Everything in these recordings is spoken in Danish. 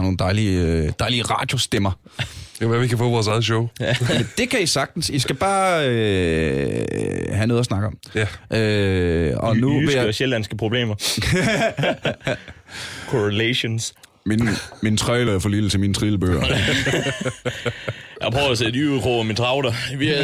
har nogle dejlige radiostemmer. Det er, hvad vi kan få vores eget show. Ja. Men det kan I sagtens. I skal bare have noget at snakke om. Ja. Og nu vil jeg... og sjællandske problemer. Correlations. Min trailer er for lille til mine trillebøger. Jeg prøver at sætte euro og min travler.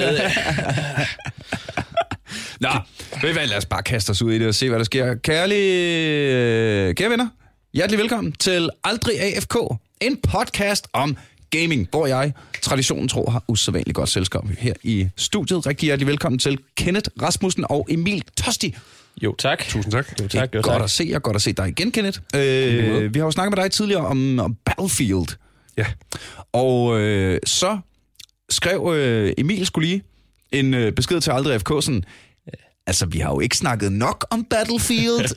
Nå, ved hvad, lad os bare kaste os ud i det og se, hvad der sker. Kære venner, hjertelig velkommen til Aldrig AFK, en podcast om gaming, hvor jeg, traditionen tro, har usædvanligt godt selskab her i studiet. Rigtig hjertelig velkommen til Kenneth Rasmussen og Emil Tosti. Jo, tak. Tusind tak. Jo, tak. Det er godt at se jer, godt at se dig igen, Kenneth. Vi har jo snakket med dig tidligere om Battlefield. Ja. Og så skrev Emil skulle lige en besked til Aldrig AFK, sådan... Altså, vi har jo ikke snakket nok om Battlefield.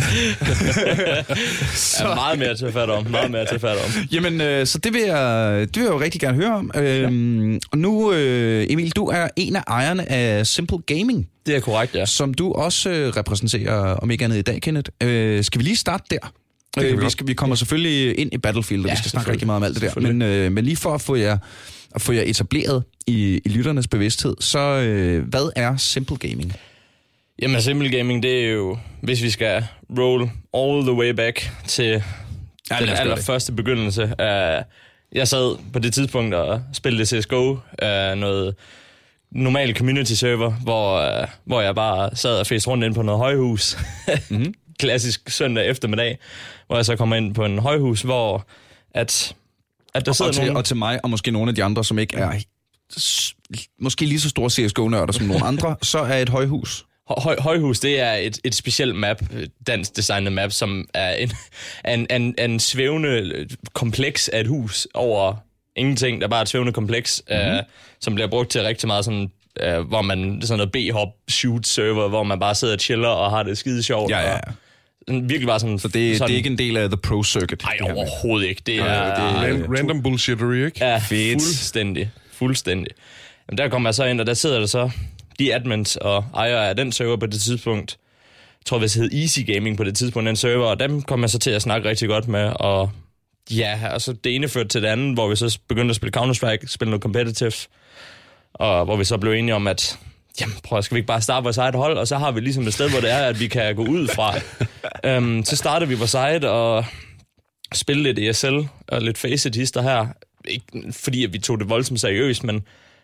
Så... Ja, meget mere til fat om. Jamen, så det vil jeg jo rigtig gerne høre om. Og nu, Emil, du er en af ejerne af Simple Gaming. Det er korrekt, ja. Som du også repræsenterer, om ikke andet i dag, Kenneth. Skal vi lige starte der? Vi kommer selvfølgelig ind i Battlefield, og vi skal snakke rigtig meget om alt det der. Men lige for at få jer etableret i lytternes bevidsthed, så hvad er Simple Gaming? Jamen, Simple Gaming, det er jo, hvis vi skal roll all the way back til den allerførste begyndelse. Jeg sad på det tidspunkt og spillede CSGO, noget normal community server, hvor jeg bare sad og fæste rundt ind på noget højhus. Mm-hmm. Klassisk søndag eftermiddag, hvor jeg så kommer ind på en højhus, hvor at der sidder nogen... Og til mig, og måske nogle af de andre, som ikke er måske lige så store CSGO-nørder som nogle andre, så er et højhus. Højhus, det er et specielt map, dansk designet map, som er en svævende kompleks af et hus over ingenting. Der er bare et svævende kompleks, som bliver brugt til rigtig meget sådan, hvor man sådan noget B-hop-shoot-server, hvor man bare sidder og chiller og har det skide sjovt. Ja. Virkelig bare sådan... Så det er ikke en del af The Pro Circuit? Nej, overhovedet ikke. Det er random bullshittery, ikke? Ja, fuldstændig. Jamen, der kommer jeg så ind, og der sidder der så... De admins og ejere af den server på det tidspunkt, jeg tror, det hed Easy Gaming på det tidspunkt, den server, og dem kom jeg så til at snakke rigtig godt med, og ja, altså det ene førte til det andet, hvor vi så begyndte at spille Counter-Strike, spille noget competitive, og hvor vi så blev enige om, at jamen, skal vi ikke bare starte vores eget hold, og så har vi ligesom et sted, hvor det er, at vi kan gå ud fra. Så startede vi vores eget og spille lidt ESL og lidt Faceit-hister her, ikke fordi at vi tog det voldsomt seriøst, men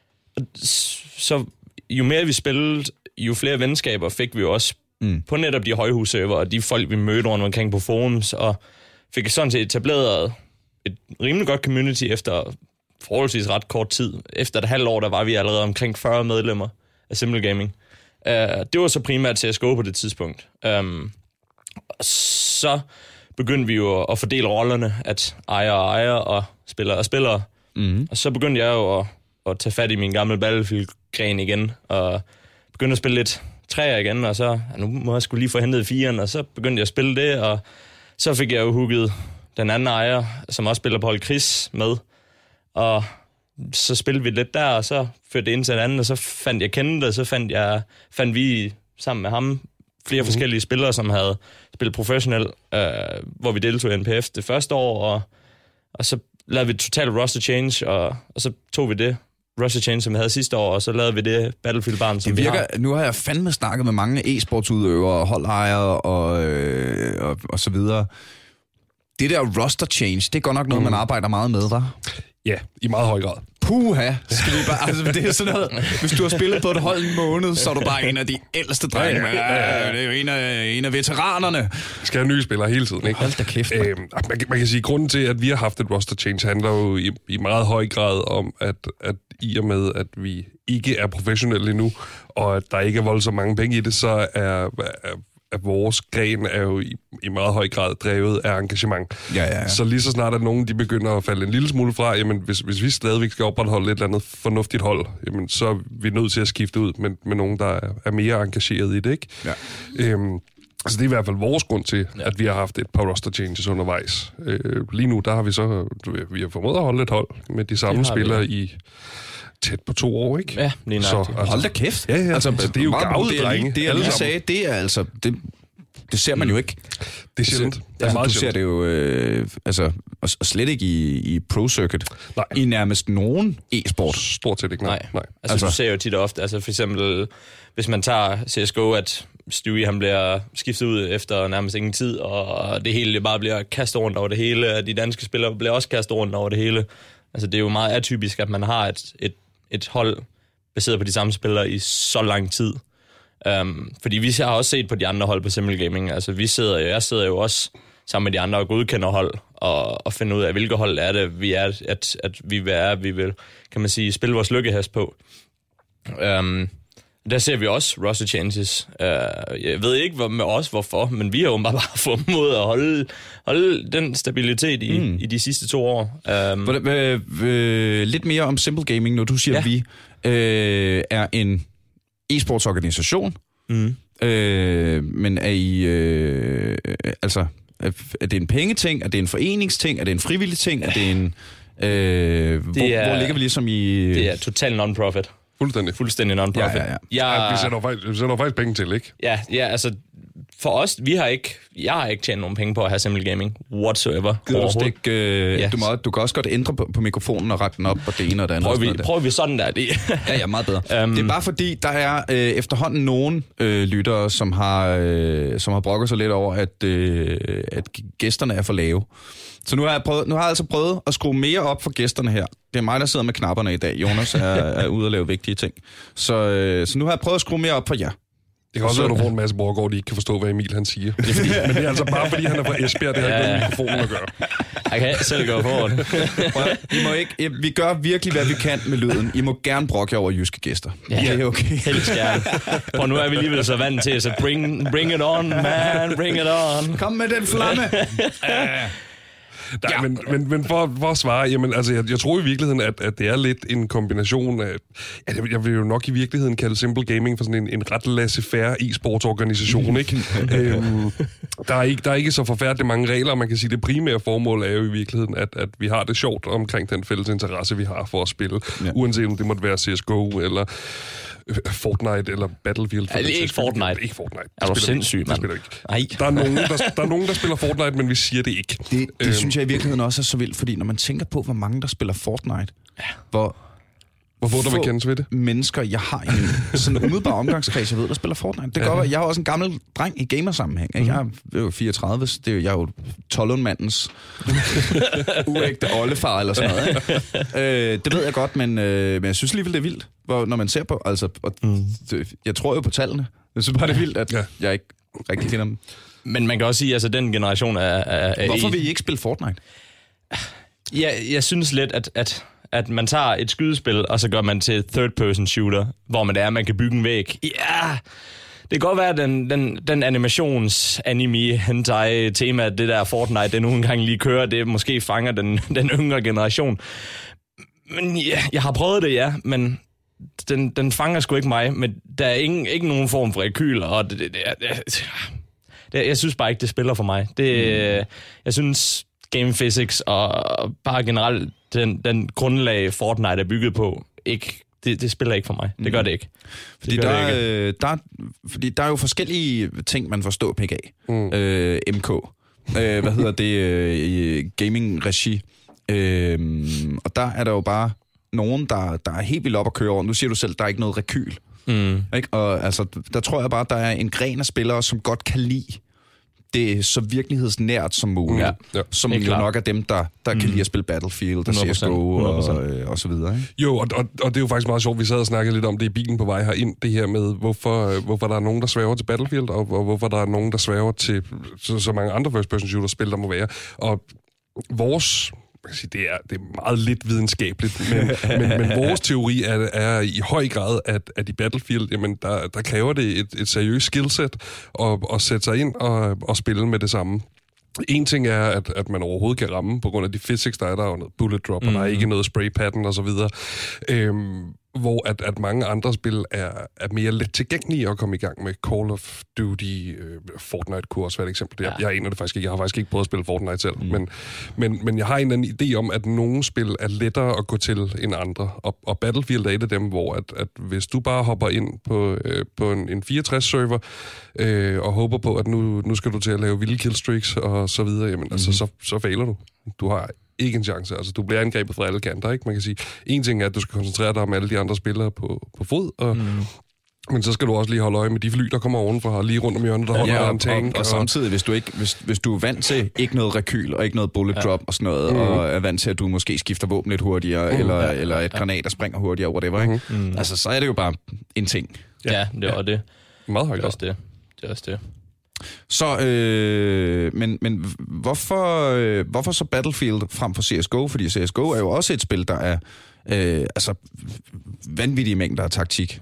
så jo mere vi spillede, jo flere venskaber fik vi også på netop de højhusserver, og de folk, vi mødte rundt omkring på forums, og fik sådan set etableret et rimelig godt community efter forholdsvis ret kort tid. Efter et halvt år, der var vi allerede omkring 40 medlemmer af Simple Gaming. Det var så primært CSGO på det tidspunkt. Så begyndte vi jo at fordele rollerne, at ejer og spillere. Mm-hmm. Og så begyndte jeg jo at tage fat i min gamle Battlefield-gren igen, og begyndte at spille lidt træer igen, og så, nu må jeg skulle lige få hentet 4'eren, og så begyndte jeg at spille det, og så fik jeg jo hooket den anden ejer, som også spiller på hold Chris med, og så spillede vi lidt der, og så førte det ind til den anden, og så fandt jeg Kenneth, og så fandt vi sammen med ham flere forskellige spillere, som havde spillet professionelt, hvor vi deltog i NPF det første år, og så lavede vi et total roster change, og så tog vi det roster change, som vi havde sidste år, og så lavede vi det Battlefield-barn, som det virker, vi har. Nu har jeg fandme snakket med mange e-sportsudøvere, holdejere og så videre. Det der roster change, det er godt nok noget, man arbejder meget med, hva'? Ja, i meget høj grad. Puha, skal vi bare, altså det er sådan noget, hvis du har spillet på et hold en måned, så er du bare en af de ældste drenge. Det er jo en af veteranerne. Skal have nye spillere hele tiden, ikke? Hold da kæft, man kan sige, at grunden til, at vi har haft et roster change, handler jo i meget høj grad om, at i og med, at vi ikke er professionelle endnu, og at der ikke er voldsomt mange penge i det, så at vores gren er jo i meget høj grad drevet af engagement. Ja. Så lige så snart, at nogen de begynder at falde en lille smule fra, jamen hvis vi stadigvæk skal opretholde et eller andet fornuftigt hold, jamen så er vi nødt til at skifte ud med nogen, der er mere engageret i det, ikke? Ja. Så det er i hvert fald vores grund til, at vi har haft et par roster changes undervejs. Lige nu, der har vi har formået at holde et hold med de samme spillere i tæt på 2 år, ikke? Ja, lige nøjagtigt. Hold da kæft. Ja. Altså, det er jo gavle drenge. Det jeg lige sagde, det er altså... Det ser man jo ikke. Det er sjældent. Det er altså, meget du ser det jo og slet ikke i pro-circuit. Nej. I nærmest nogen e-sport. Stort set ikke, nej. Altså, du ser jo tit og ofte, altså for eksempel, hvis man tager CSGO, at Stewie, han bliver skiftet ud efter nærmest ingen tid, og det hele bare bliver kastet rundt over det hele, og de danske spillere bliver også kastet rundt over det hele. Altså, det er jo meget atypisk, at man har et hold baseret på de samme spillere i så lang tid. Fordi vi har også set på de andre hold på Simple Gaming. Altså, jeg sidder jo også sammen med de andre og godkender hold, og finder ud af, hvilke hold er det, vi er, at vi vil, kan man sige, spille vores lykkehest på. Der ser vi også roster changes. Jeg ved ikke med os, hvorfor, men vi har jo bare formået at holde den stabilitet i de sidste 2 år. Lidt mere om Simple Gaming, når du siger, at vi er en e-sportsorganisation, men er I... altså, er det en pengeting? Er det en foreningsting? Er det en frivillig ting? Er det en... hvor ligger vi ligesom i... Det er total non-profit. Fuldstændig non-profit. Ja. Vi sætter faktisk penge til, ikke? Ja, altså for os, jeg har ikke tjent nogen penge på at have Simple Gaming whatsoever. Du kan også godt ændre på mikrofonen og rette den op og det ene og det andet. Prøver vi sådan der? Ja, meget bedre. Det er bare fordi, der er efterhånden nogen lyttere, som har brokket sig lidt over, at gæsterne er for lave. Så nu har jeg altså prøvet at skrue mere op for gæsterne her. Det er mig, der sidder med knapperne i dag. Jonas er ude at lave vigtige ting. Så nu har jeg prøvet at skrue mere op for jer. Det kan også være, at du får en masse borgere, de ikke kan forstå, hvad Emil han siger. Men det er altså bare, fordi han er fra Esbjerg, det har ikke noget med mikrofonen at gøre. Jeg kan selv gå foran. Vi gør virkelig, hvad vi kan med lyden. I må gerne brokke jer over jyske gæster. Ja, det er okay. Helst gerne. Og nu er vi alligevel så vant til, så bring it on, man, bring it on. Kom med den flamme. Nej, men for at svare, jamen, altså, jeg tror i virkeligheden, at det er lidt en kombination af... Jeg vil jo nok i virkeligheden kalde Simple Gaming for sådan en ret laissez-faire e-sportsorganisation, ikke? Der er ikke så forfærdeligt mange regler, man kan sige, det primære formål er jo i virkeligheden, at vi har det sjovt omkring den fælles interesse, vi har for at spille. Ja. Uanset om det måtte være CSGO, eller Fortnite, eller Battlefield. Ikke Fortnite. Ikke Fortnite. Er du sindssyg, mand? Der er nogen, der spiller Fortnite, men vi siger det ikke. Det synes jeg i virkeligheden også er så vildt, fordi når man tænker på, hvor mange der spiller Fortnite, hvor der vil kendes ved det? Mennesker, jeg har i en sådan umiddelbar omgangskreds, jeg ved, der spiller Fortnite. Det går, jeg er også en gammel dreng i gamersammenhæng. Jeg er jo 34, så jeg er jo Tollundmandens uægte oldefar eller sådan noget. Det ved jeg godt, men jeg synes alligevel, det er vildt, når man ser på. Altså, jeg tror jo på tallene. Jeg synes bare, det er vildt, at jeg ikke rigtig kender dem. Men man kan også sige, at altså, den generation er hvorfor vil I ikke spille Fortnite? Ja, jeg synes lidt, at man tager et skydespil, og så gør man til third-person shooter, hvor man kan bygge en væg. Ja, det kan godt være, at den animations-anime, hentai-tema, det der Fortnite, det nogle gange lige kører, det måske fanger den yngre generation. Men ja, jeg har prøvet det, men den fanger sgu ikke mig, men der er ikke nogen form for rekyl, og jeg synes bare ikke, det spiller for mig. Jeg synes... Game physics og bare generelt den grundlag Fortnite er bygget på, det spiller ikke for mig. Det gør det ikke. Fordi der er jo forskellige ting, man forstår PGA. MK. I gaming-regi. Og der er der jo bare nogen, der er helt vildt op at køre over. Nu siger du selv, der er ikke noget rekyl. Ikke? Og altså, der tror jeg bare, der er en gren af spillere, som godt kan lide det er så virkelighedsnært som muligt, som jo nok er dem, der kan lide at spille Battlefield, der CSGO og så videre. Ikke? Jo, og det er jo faktisk meget sjovt, vi sad og snakkede lidt om det i bilen på vej herind, det her med, hvorfor der er nogen, der svæver til Battlefield, og hvorfor der er nogen, der svæver til så mange andre first-person shooter-spil, der må være. Og vores... Det er meget lidt videnskabeligt, men vores teori er i høj grad, at i Battlefield, jamen, der kræver det et seriøst skillset at sætte sig ind og spille med det samme. En ting er, at man overhovedet kan ramme på grund af de physics, der er jo noget bullet drop, og der er ikke noget spray pattern og så videre. hvor at mange andre spil er mere let tilgængelige at komme i gang med. Call of Duty, Fortnite kunne også være et eksempel. Jeg aner det faktisk ikke. Jeg har faktisk ikke prøvet at spille Fortnite selv. Men jeg har en eller anden idé om, at nogle spil er lettere at gå til end andre. Og Battlefield er et af dem, hvor at hvis du bare hopper ind på en 64-server og håber på, at nu skal du til at lave vilde killstreaks og så videre, jamen altså, så fejler du. Du har ikke en chance. Altså, du bliver angrebet fra alle kanter, ikke? Man kan sige, en ting er, at du skal koncentrere dig om alle de andre spillere på fod, men så skal du også lige holde øje med de fly, der kommer ovenfra, lige rundt om hjørnet, der holder en tank. Og samtidig, hvis du er vant til ikke noget rekyl, og ikke noget bullet drop og sådan noget, og er vant til, at du måske skifter våben lidt hurtigere, eller et granat, der springer hurtigere, whatever, ikke? Altså, så er det jo bare en ting. Ja, det er det. Meget højt. Det er også det. Så, men hvorfor så Battlefield frem for CSGO? Fordi CSGO er jo også et spil, der er vanvittige mængder af taktik.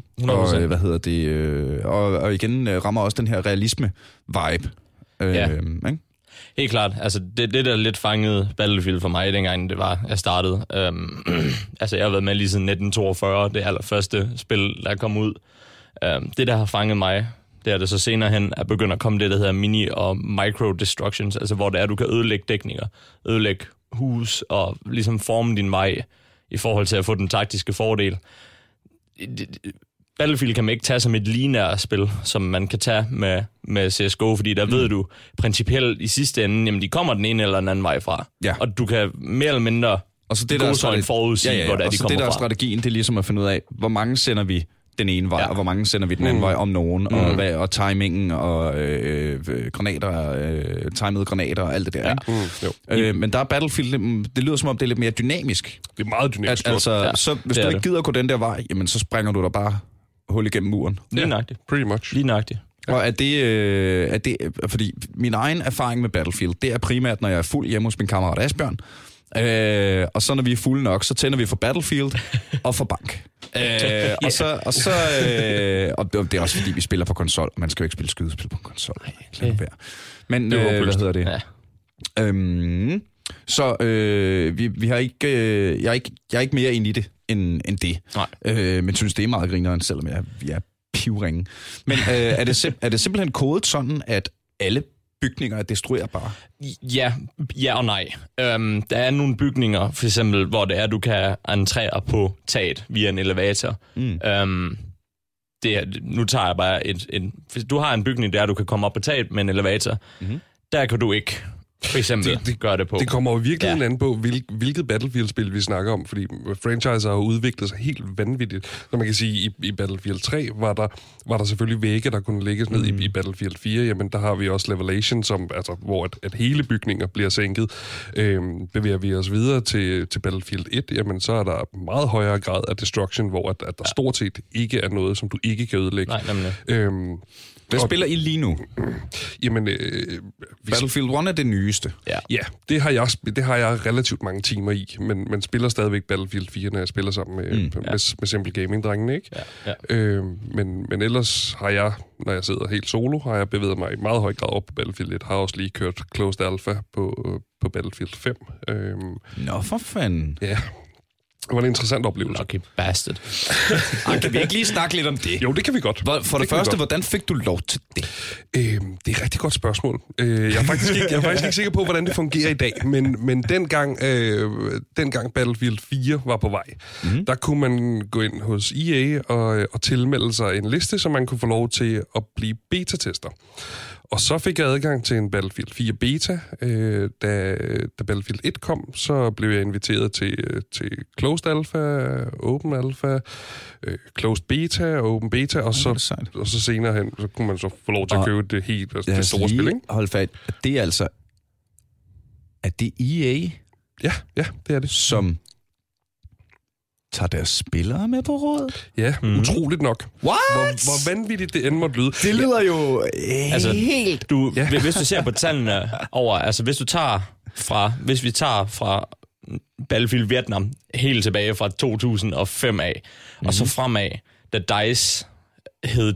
Og igen rammer også den her realisme-vibe. Ikke? Helt klart. Altså, det der lidt fangede Battlefield for mig, dengang det var, jeg startede. Altså, jeg har været med lige siden 1942, det allerførste spil, der kom ud. Det, der har fanget mig, det er det så senere hen, at begynder at komme det, der hedder mini- og micro-destructions, altså hvor det er, du kan ødelægge dækninger, ødelægge hus og ligesom forme din vej i forhold til at få den taktiske fordel. Battlefield kan man ikke tage som et lineært spil, som man kan tage med CSGO, fordi der ved du principielt i sidste ende, jamen de kommer den ene eller den anden vej fra. Ja. Og du kan mere eller mindre og så det der forudsige, hvor det er, de kommer fra. Og så det der strategien, det er ligesom at finde ud af, hvor mange sender vi den ene vej, og hvor mange sender vi den anden vej om nogen, og timingen, og granater, timede granater, og alt det der. Ja. Men der er Battlefield, det lyder som om, det er lidt mere dynamisk. Det er meget dynamisk. Så hvis du ikke gider at gå den der vej, jamen så springer du der bare hul igennem muren. Lige nøjagtigt. Pretty much. Lige nøjagtigt. Ja. Og er det, fordi min egen erfaring med Battlefield, det er primært, når jeg er fuld hjemme hos min kammerat Asbjørn, og så når vi er fulde nok, så tænder vi for Battlefield og for bank. Og det er også fordi, vi spiller på konsol, og man skal jo ikke spille skydespil på en konsol. Men hvad hedder det? Ja. Så vi har ikke, jeg er ikke mere ind i det end det. Men synes, det er meget grineren, selvom jeg er pivringe. Men er det simpelthen kodet sådan, at alle bygninger er destruerbare? Ja og nej. Der er nogle bygninger, for eksempel, hvor det er, du kan entrere på taget via en elevator. Nu tager jeg bare hvis du har en bygning, der du kan komme op på taget med en elevator, der kan du ikke for eksempel gøre det på. Det kommer jo virkelig an på, hvilket Battlefield-spil vi snakker om, fordi franchiser har udviklet sig helt vanvittigt. Så man kan sige, i Battlefield 3 var der selvfølgelig vægge, der kunne lægges ned i Battlefield 4. Jamen, der har vi også Levelation, hvor at hele bygninger bliver sænket. Bevæger vi os videre til Battlefield 1, jamen, så er der meget højere grad af destruction, hvor at der stort set ikke er noget, som du ikke kan ødelægge. Nej, nemlig. Hvad spiller I lige nu? Jamen, Battlefield 1 er det nyeste. Ja, det har jeg relativt mange timer i, men spiller stadigvæk Battlefield 4, når jeg spiller sammen med Simple Gaming-drengene, ikke? Ja. Men ellers har jeg, når jeg sidder helt solo, har jeg bevæget mig i meget høj grad op på Battlefield 1. Har også lige kørt Closed Alpha på Battlefield 5. Nå, for fanden. Ja. Det var en interessant oplevelse. Lucky bastard. Kan vi ikke lige snakke lidt om det? Jo, det kan vi godt. For det første, hvordan fik du lov til det? Det er et rigtig godt spørgsmål. Jeg er faktisk ikke sikker på, hvordan det fungerer i dag, men dengang Battlefield 4 var på vej, der kunne man gå ind hos EA og tilmelde sig en liste, så man kunne få lov til at blive beta-tester. Og så fik jeg adgang til en Battlefield 4 beta. Da Battlefield 1 kom, så blev jeg inviteret til Closed Alpha, Open Alpha, Closed Beta og Open Beta, og så senere hen, så kunne man så få lov til at købe det helt det store spil, ikke? Hold fat. Det er altså... Er det EA? Ja, det er det. Som tager deres spillere med på råd? Ja, utroligt nok. What? Hvor vanvittigt det end måtte lyde. Det lyder jo helt... Hvis du ser på tallene over... Altså, hvis vi tager fra Battlefield Vietnam helt tilbage fra 2005 af, og så fremad, da DICE hed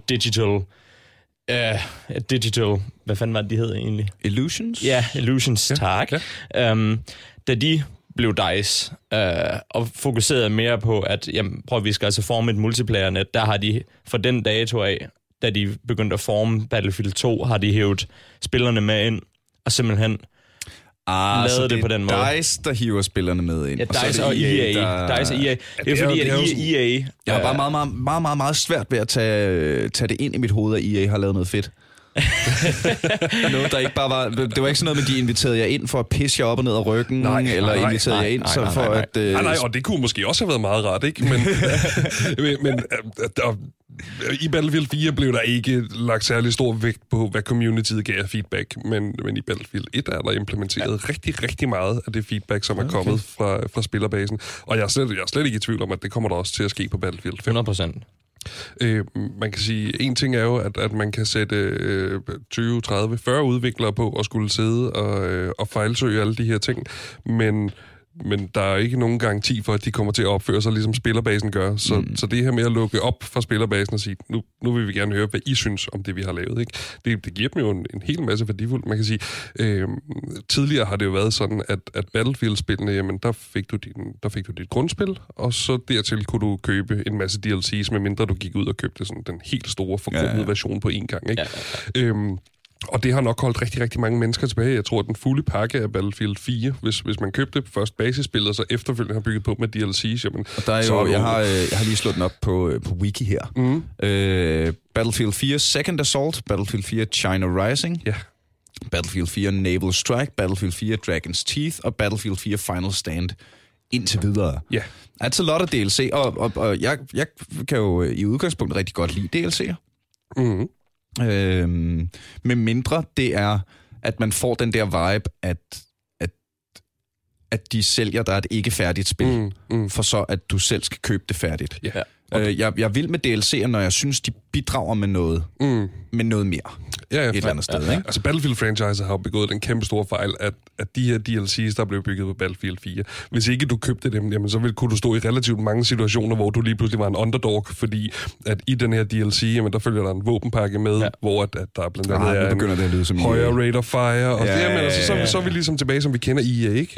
Digital... Hvad fanden var det, de hed egentlig? Illusions? Ja, Illusions, tak. Ja. Da de blev DICE, og fokuserede mere på, at vi skal altså forme et multiplayer-net. Der har de fra den dato af, da de begyndte at forme Battlefield 2, har de hævet spillerne med ind, og simpelthen lavede det på den måde. DICE, der hiver spillerne med ind. Ja, DICE og EA. DICE og EA. Det er fordi, at EA... Jeg har bare meget svært ved at tage det ind i mit hoved, at EA har lavet noget fedt. Noget, der ikke bare var... Det var ikke sådan noget med, de inviterede jer ind for at pisse jer op og ned af ryggen, eller inviterede jer ind for at... Nej, og det kunne måske også have været meget rart, ikke? Men i Battlefield 4 blev der ikke lagt særlig stor vægt på, hvad communityet gav af feedback, men i Battlefield 1 er der implementeret rigtig, rigtig meget af det feedback, som er kommet fra spillerbasen. Og jeg er slet ikke i tvivl om, at det kommer der også til at ske på Battlefield 5. 100%. Man kan sige, en ting er jo, at man kan sætte 20, 30, 40 udviklere på og skulle sidde og fejlsøge alle de her ting, men der er ikke nogen garanti for, at de kommer til at opføre sig, ligesom spillerbasen gør. Så det her med at lukke op for spillerbasen og sige, nu vil vi gerne høre, hvad I synes om det, vi har lavet. Ikke? Det giver dem jo en hel masse værdifuldt. Man kan sige, tidligere har det jo været sådan, at Battlefield-spillene, jamen der fik du dit grundspil, og så dertil kunne du købe en masse DLC's, medmindre du gik ud og købte sådan den helt store forkromede version på én gang. Ikke? Ja. Og det har nok holdt rigtig, rigtig mange mennesker tilbage. Jeg tror, at den fulde pakke af Battlefield 4, hvis man købte først basisspillet, og så efterfølgende har bygget på med DLC's, jamen... Og der er jo, jeg har lige slået den op på wiki her. Battlefield 4 Second Assault, Battlefield 4 China Rising, Battlefield 4 Naval Strike, Battlefield 4 Dragon's Teeth og Battlefield 4 Final Stand indtil videre. Ja. That's a lot of DLC, og jeg kan jo i udgangspunktet rigtig godt lide DLC'er. Med mindre det er, at man får den der vibe, at de sælger dig et ikke færdigt spil, for så at du selv skal købe det færdigt. Jeg vil med DLC'er, når jeg synes, de bidrager med noget, med noget mere. Et eller andet sted, ikke? Altså Battlefield-franchise har jo begået den kæmpe store fejl, at de her DLC's, der blev bygget på Battlefield 4, hvis ikke du købte dem, jamen, så kunne du stå i relativt mange situationer, hvor du lige pludselig var en underdog, fordi at i den her DLC, jamen, der følger der en våbenpakke med, hvor at der blandt andet er en højere rate of fire, og så er vi ligesom tilbage, som vi kender EA, ikke?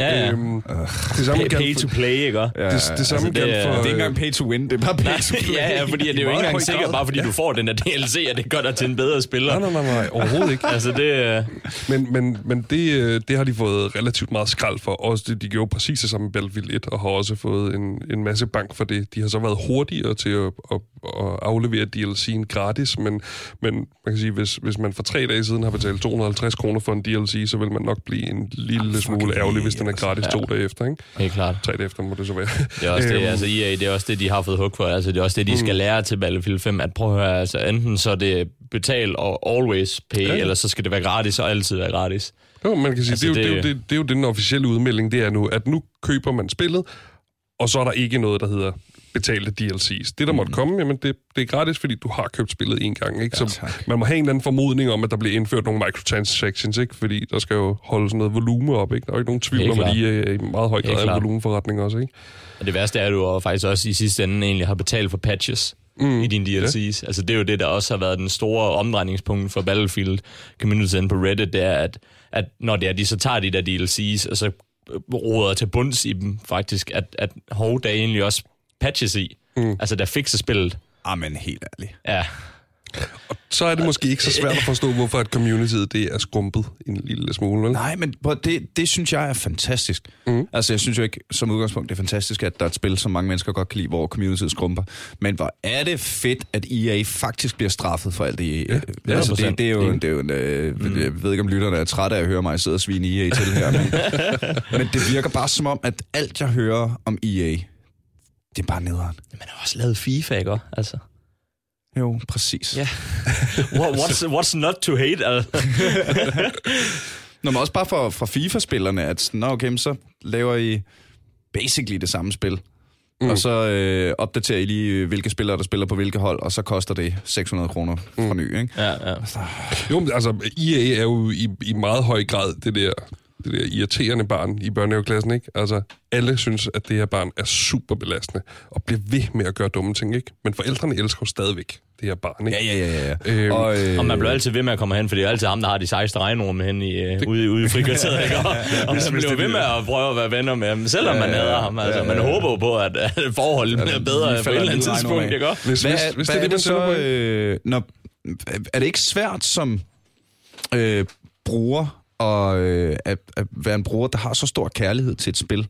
Det samme pay to play, ikke? Det samme gælder for... Det er ikke engang pay to win, det er bare pay to play. Fordi det er jo ikke engang sikkert, bare fordi du får den der DLC, at det gør dig til en bedre spiller. Nej, overhovedet ikke. Altså det... Men det har de fået relativt meget skrald for. Også de gjorde præcis det samme med Battlefield 1, og har også fået en masse bank for det. De har så været hurtigere til at aflevere DLC'en gratis, men man kan sige, hvis man for 3 dage siden har betalt 250 kroner for en DLC, så vil man nok blive en lille smule ærgerlig, hvis den er gratis 2 dage efter, ikke? Helt klart. 3 dage efter må det så være. Det er også det, altså EA, det er også det, de har fået hug for. Altså det er også det, de skal lære til Battlefield 5, at prøve at høre, altså enten så er det betal og always pay, eller så skal det være gratis og altid være gratis. Jo, man kan sige, altså det er jo den officielle udmelding, det er nu, at nu køber man spillet, og så er der ikke noget, der hedder betalte DLC's. Det, der måtte komme, jamen det er gratis, fordi du har købt spillet en gang, ikke? Så man må have en eller anden formodning om, at der bliver indført nogle microtransactions, ikke? Fordi der skal jo holde sådan noget volumen op, ikke? Der er jo ikke nogen tvivl om, at de er i meget høj grad af volumenforretning også, ikke? Og det værste er, at du faktisk også i sidste ende egentlig har betalt for patches i dine DLC's. Ja. Altså det er jo det, der også har været den store omdrejningspunkt for Battlefield communityen på Reddit, det er, at når det er, de så tager de der DLC's, og så råder til bunds i dem faktisk, at der er egentlig også patches i. Altså der fikser spillet. Men helt ærligt. Ja. Og så er det måske ikke så svært at forstå, hvorfor et communityet det er skrumpet en lille smule, vel? Nej, men det synes jeg er fantastisk. Altså, jeg synes jo ikke, som udgangspunkt, det er fantastisk, at der er et spil, som mange mennesker godt kan lide, hvor communityet skrumper. Men hvor er det fedt, at EA faktisk bliver straffet for alt det. Altså, det er jo en... Jeg ved ikke, om lytterne er trætte af at høre mig sidde og svine EA til her, men det virker bare som om, at alt, jeg hører om EA, det er bare nederen. Man har også lavet FIFA, ikke? Altså... Jo, præcis. Ja. What's not to hate? Nå, men også bare for FIFA-spillerne, at så laver I basically det samme spil. Og så opdaterer I lige, hvilke spillere, der spiller på hvilke hold, og så koster det 600 kroner fra ny, ikke? Ja. Jo, altså, EA er jo i meget høj grad det der irriterende barn i børnehaveklassen, ikke? Altså, alle synes, at det her barn er super belastende, og bliver ved med at gøre dumme ting, ikke? Men forældrene elsker jo stadigvæk det det her barn, ikke? Ja. Og man bliver altid ved med at komme hen, for det er altid ham, der har de 16 regnerum hen ude i frikvarteret, ikke? Og man bliver ved med at prøve at være venner med ham, selvom man hader ham. Altså, man håber på, at forholdet bliver bedre på et eller andet tidspunkt, ikke? Hvis det er det så... er det ikke svært som bruger at være en bruger, der har så stor kærlighed til et spil,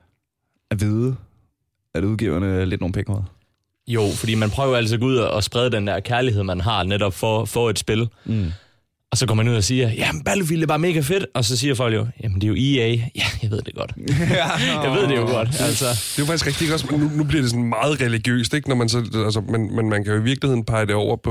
at vide, at udgiverne er lidt nogle penge? Jo, fordi man prøver altid at gå ud og sprede den der kærlighed, man har netop for et spil. Og så går man ud og siger, jamen Battlefield er bare mega fedt. Og så siger folk jo, jamen det er jo EA. Ja, jeg ved det godt. Jeg ved det jo godt. Altså. Det er jo faktisk rigtig også. Nu bliver det sådan meget religiøst, ikke? Når man så, altså, men man kan jo i virkeligheden pege det over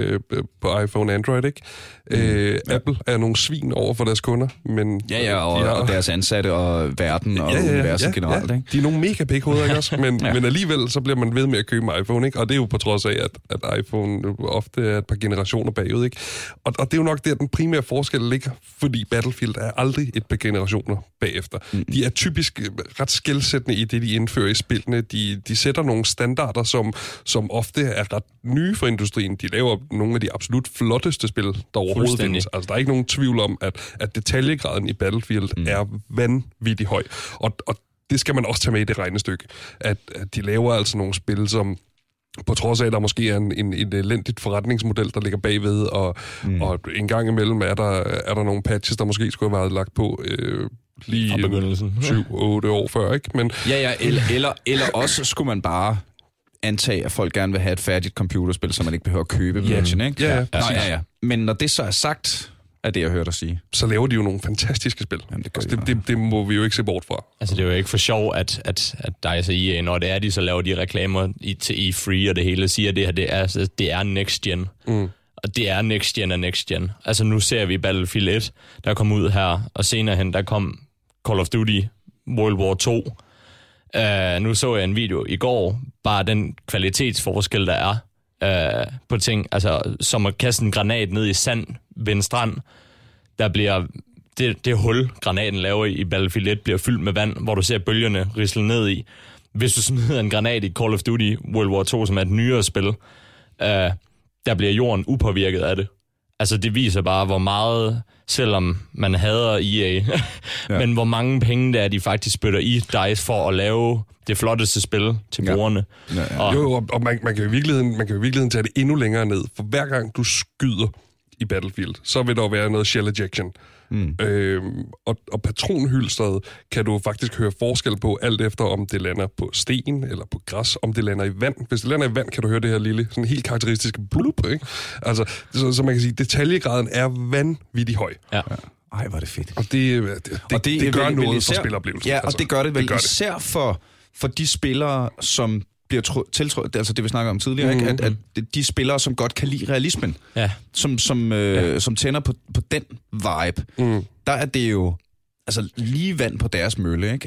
på iPhone og Android, ikke? Apple er nogle svin over for deres kunder. Men, og deres ansatte og verden og universet generelt. Ikke? De er nogle mega pikhoveder, ikke også? Men alligevel så bliver man ved med at købe en iPhone, ikke? Og det er jo på trods af, at iPhone ofte er et par generationer bagud, ikke? Og det er jo nok der, den primære forskel ligger, fordi Battlefield er aldrig et par generationer bagefter. De er typisk ret skelsættende i det, de indfører i spillene. De sætter nogle standarder, som ofte er ret nye for industrien. De laver nogle af de absolut flotteste spil, der overhovedet findes. Altså, der er ikke nogen tvivl om, at detaljegraden i Battlefield er vanvittig høj. Og det skal man også tage med i det regnestykke. At de laver altså nogle spil, som på trods af, at der måske er en elendigt forretningsmodel, der ligger bagved, og en gang imellem er der nogle patches, der måske skulle have været lagt på lige 7-8 år før, ikke? Men eller også skulle man bare antage, at folk gerne vil have et færdigt computerspil, så man ikke behøver at købe patchen, ikke? Ja. Men når det så er sagt, er det, jeg hørte dig sige, så laver de jo nogle fantastiske spil. Jamen, det må vi jo ikke se bort fra. Altså, det er jo ikke for sjov, at der er så EA, når det er de, så laver de reklamer til E3 og det hele, siger, at det her, det er next gen. Og det er next gen og next gen. Altså, nu ser vi Battlefield 1, der kom ud her, og senere hen, der kom Call of Duty World War 2. Nu så jeg en video i går, bare den kvalitetsforskel, der er på ting, altså som at kaste en granat ned i sand ved en strand, der bliver det hul, granaten laver i Battlefield 1, bliver fyldt med vand, hvor du ser bølgerne risle ned i. Hvis du smider en granat i Call of Duty World War 2, som er et nyere spil, der bliver jorden upåvirket af det. Altså, det viser bare, hvor meget, selvom man hader EA, men hvor mange penge der er, de faktisk spytter i DICE for at lave det flotteste spil til brugerne. Og man kan jo i virkeligheden tage det endnu længere ned, for hver gang du skyder i Battlefield, så vil der være noget shell ejection. Og patronhylstret kan du faktisk høre forskel på, alt efter om det lander på sten eller på græs, om det lander i vand. Hvis det lander i vand, kan du høre det her lille, sådan helt karakteristiske blup, ikke? Altså, så man kan sige, detaljegraden er vanvittig høj. Ja. Ej, hvor er det fedt. Og det gør noget for spiloplevelsen. Ja, og det gør det vel især for de spillere, som bliver tiltrådt, altså det vi snakker om tidligere, ikke? At de spillere, som godt kan lide realismen, som tænder på den vibe, der er det jo altså lige vand på deres mølle, ikke?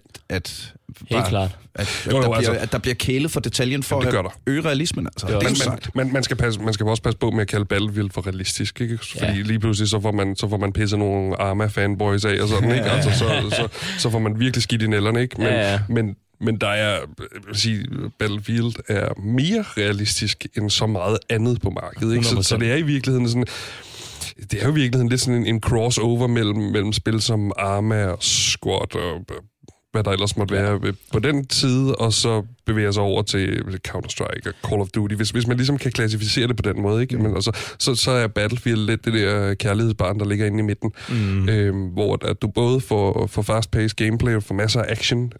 Helt klart. At der bliver kælet for detaljen for at øge realismen. Altså. Man skal også passe på med at kalde Battlefield for realistisk, ikke? Fordi lige pludselig så får man pisset nogle Arma-fanboys af og sådan, ikke? Altså, så får man virkelig skidt i nælderne, ikke? Men der er, Battlefield er mere realistisk end så meget andet på markedet, ikke? Så det er i virkeligheden sådan... Det er jo i virkeligheden lidt sådan en crossover mellem spil som Arma og Squad og hvad der ellers måtte være på den tid, og så bevæger sig over til Counter-Strike og Call of Duty. Hvis man ligesom kan klassificere det på den måde, ikke? Men altså, så er Battlefield lidt det der kærlighedsbarn, der ligger inde i midten, hvor at du både får fast-paced gameplay og får masser af action,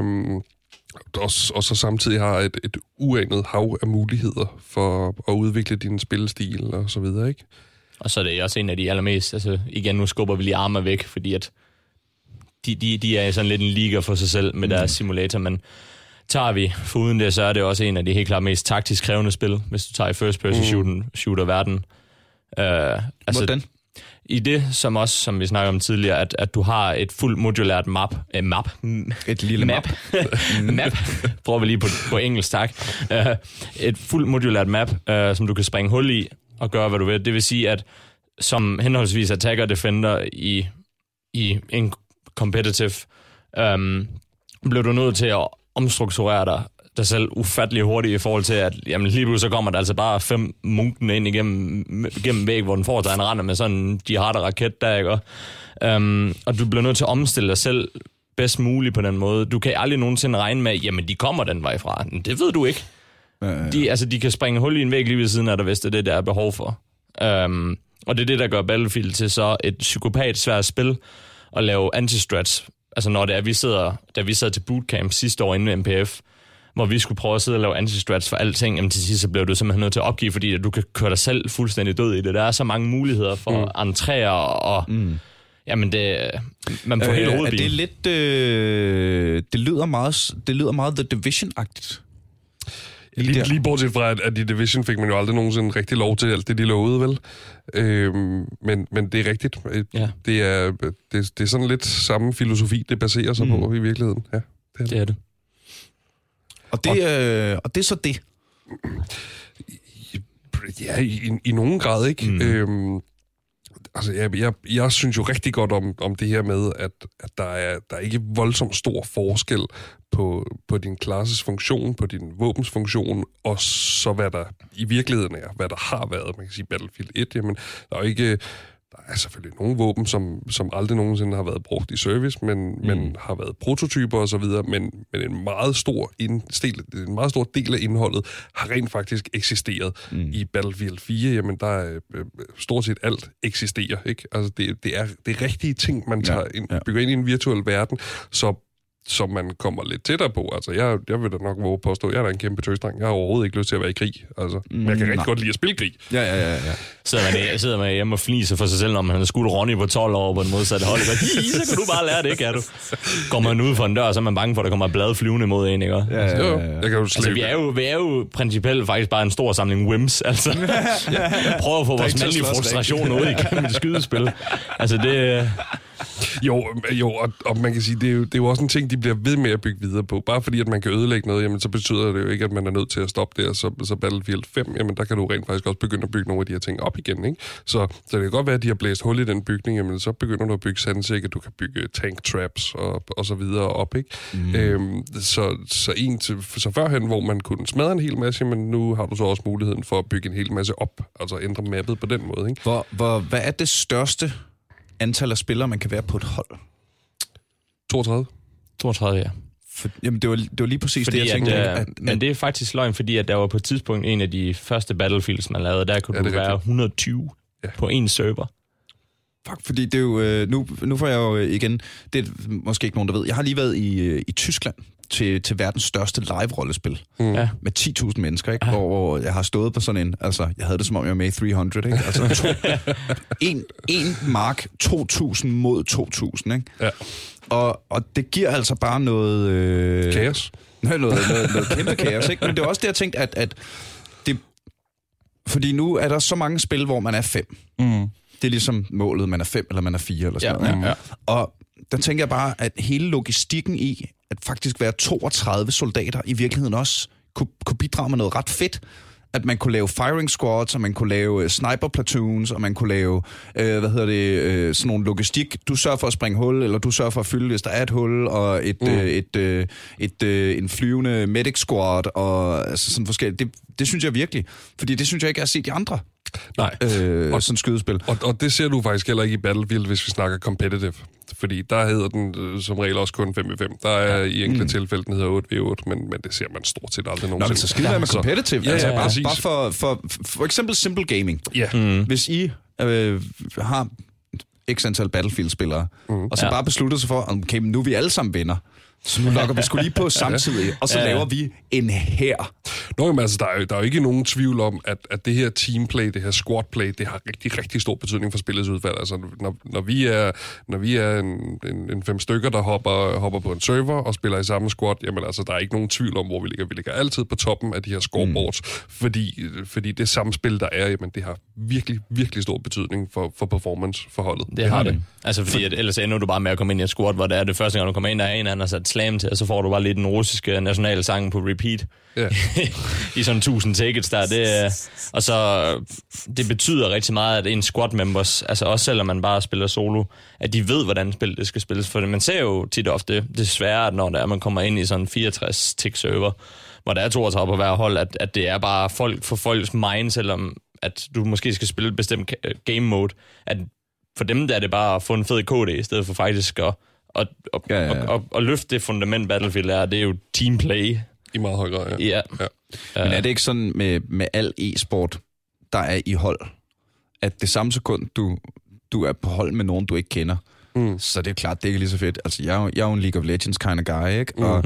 og så samtidig har et uanet hav af muligheder for at udvikle din spillestil og så videre, ikke? Og så er det også en af de allermest, altså igen, nu skubber vi lige Arma væk, fordi at de er sådan lidt en liga for sig selv med deres simulator, men tager vi foruden det, så er det også en af de helt klart mest taktisk krævende spil, hvis du tager i first person shooter-verden. Hvordan? I det, som vi snakker om tidligere, at du har et fuldt modulært map. Et lille map. Map. Prøver vi lige på engelsk, tak. Et fuldt modulært map, som du kan springe hul i og gøre, hvad du vil. Det vil sige, at som henholdsvis attacker og defender i en competitive, bliver du nødt til at omstrukturere dig dig selv ufattelig hurtigt i forhold til, at jamen, lige pludselig så kommer der altså bare 5 munkene ind igennem væg, hvor den får dig en render med sådan en jihad-raket der, ikke? Og du bliver nødt til at omstille dig selv bedst muligt på den måde. Du kan aldrig nogensinde regne med, jamen de kommer den vej fra. Det ved du ikke. De kan springe hul i en væg lige ved siden af dig, hvis det er det, der er behov for. Og det er det, der gør Battlefield til så et psykopat svært spil at lave anti-strats. Altså når det er, da vi sad til bootcamp sidste år inden MPF, hvor vi skulle prøve at sidde og lave anti-strats for alting, jamen til sidst så blev du simpelthen nødt til at opgive, fordi at du kan køre dig selv fuldstændig død i det. Der er så mange muligheder for at entrere, og jamen man får helt hovedpine. Det er lidt, det lyder meget The Division-agtigt. Lige bortset fra, at i Division fik man jo aldrig nogensinde rigtig lov til alt det, de lovede, vel? Men det er rigtigt. Ja. Det er sådan lidt samme filosofi, det baserer sig på i virkeligheden. Ja, det er det. Og det er så det? Ja, i nogen grad, ikke? Altså, jeg synes jo rigtig godt om det her med, at der er ikke voldsomt stor forskel på din klasses funktion, på din våbens funktion, og så hvad der i virkeligheden er, hvad der har været. Man kan sige Battlefield 1, jamen, der er selvfølgelig nogle våben, som aldrig nogensinde har været brugt i service, men har været prototyper og så videre, men en meget stor del af indholdet har rent faktisk eksisteret. I Battlefield 4, jamen der er stort set alt eksisterer, ikke? Altså det er rigtige ting, man bygger ind i en virtuel verden, som man kommer lidt tættere på. Altså, jeg vil da nok våge påstå, jeg er da en kæmpe tøsdreng. Jeg har overhovedet ikke lyst til at være i krig. Altså, men jeg kan rigtig godt lide at spille krig. Ja. Sidder man hjemme og fniser for sig selv, når man har skudt Ronny på 12 år på den modsatte hold. Så kan du bare lære det, kan du? Går man ud for en dør, så er man bange for, at der kommer et blad flyvende mod en, ikke? Ja. Jeg kan jo altså, vi er jo principielt faktisk bare en stor samling wimps, altså. Prøver at få vores mandlige frustration ud igennem et skydespil. Altså, det... Jo, og man kan sige, det er jo også en ting, de bliver ved med at bygge videre på. Bare fordi, at man kan ødelægge noget, jamen så betyder det jo ikke, at man er nødt til at stoppe der. Så Battlefield 5, jamen der kan du rent faktisk også begynde at bygge nogle af de her ting op igen, ikke? Så det kan godt være, at de har blæst hul i den bygning, jamen så begynder du at bygge sandsække, du kan bygge tank traps og så videre op, ikke? Så førhen, hvor man kunne smadre en hel masse, men nu har du så også muligheden for at bygge en hel masse op, altså ændre mappet på den måde, ikke? Hvad er det største antal af spillere, man kan være på et hold? 32, ja. Jamen, det var lige præcis fordi det, jeg tænkte. Men det er faktisk løgn, fordi at der var på et tidspunkt en af de første Battlefields, man lavede, der kunne du være 120 på en server. Fuck, fordi det er jo... Nu får jeg jo igen... Det er måske ikke nogen, der ved. Jeg har lige været i Tyskland til verdens største live-rollespil. Med 10.000 mennesker, ikke? Hvor jeg har stået på sådan en... Altså, jeg havde det som om, jeg var med i 300, ikke? Altså, en mark, 2.000 mod 2.000, ikke? Ja. Og det giver altså bare noget... kaos. Noget kæmpe kaos, ikke? Men det er også det, jeg tænkte, at det... Fordi nu er der så mange spil, hvor man er 5. Det er ligesom målet, man er 5 eller man er 4 eller sådan noget. Ja. Og der tænker jeg bare, at hele logistikken i at faktisk være 32 soldater i virkeligheden også kunne bidrage med noget ret fedt. At man kunne lave firing squads, og man kunne lave sniper platoons, og man kunne lave, sådan nogle logistik. Du sørger for at springe hul, eller du sørger for at fylde, hvis der er et hul, og en flyvende medic squad, og altså sådan forskelligt. Det synes jeg virkelig, fordi det synes jeg ikke, jeg har set de andre. Nej. Og sådan skydespil. Og det ser du faktisk heller ikke i Battlefield, hvis vi snakker competitive. Fordi der hedder den som regel også kun 5v5. Der er i enkelte tilfælde, den hedder 8v8, men det ser man stort set aldrig nogensinde. Nå, men så skide være med competitive. Ja, altså, ja, bare for eksempel Simple Gaming. Ja. Hvis I har x antal Battlefield-spillere, og så bare beslutter sig for, okay, nu er vi alle sammen venner. Så nu logger vi sgu lige på samtidig, og så laver vi en hær. Nå, men altså, der er jo ikke nogen tvivl om, at det her teamplay, det her squadplay, det har rigtig, rigtig stor betydning for spillets udfald. Altså, når vi er en 5 stykker, der hopper på en server og spiller i samme squad, jamen altså, der er ikke nogen tvivl om, hvor vi ligger. Vi ligger altid på toppen af de her scoreboards, fordi det samspil, der er, jamen, det har virkelig, virkelig stor betydning for performance for holdet. Det har det. Altså, fordi ellers ender du bare med at komme ind i et squad, hvor det er det første gang, du kommer ind, der er en anden sat slam til, og så får du bare lidt den russiske nationalsang på repeat. Yeah. I sådan 1000 tickets der. Og så det betyder rigtig meget, at en squad members, altså også selvom man bare spiller solo, at de ved, hvordan spillet det skal spilles. For man ser jo tit ofte desværre, at når man kommer ind i sådan 64 tick server, hvor der er 32 på hver hold, at det er bare folk for folks mind, selvom at du måske skal spille et bestemt game mode, at for dem der er det bare at få en fed KD, i stedet for faktisk at løfte det fundament Battlefield er, det er jo teamplay. I meget høj grad, ja. Men er det ikke sådan med al e-sport, der er i hold, at det samme sekund, du er på hold med nogen, du ikke kender, så det er klart, det er ikke lige så fedt. Altså, jeg er jo en League of Legends kind of guy, ikke? Og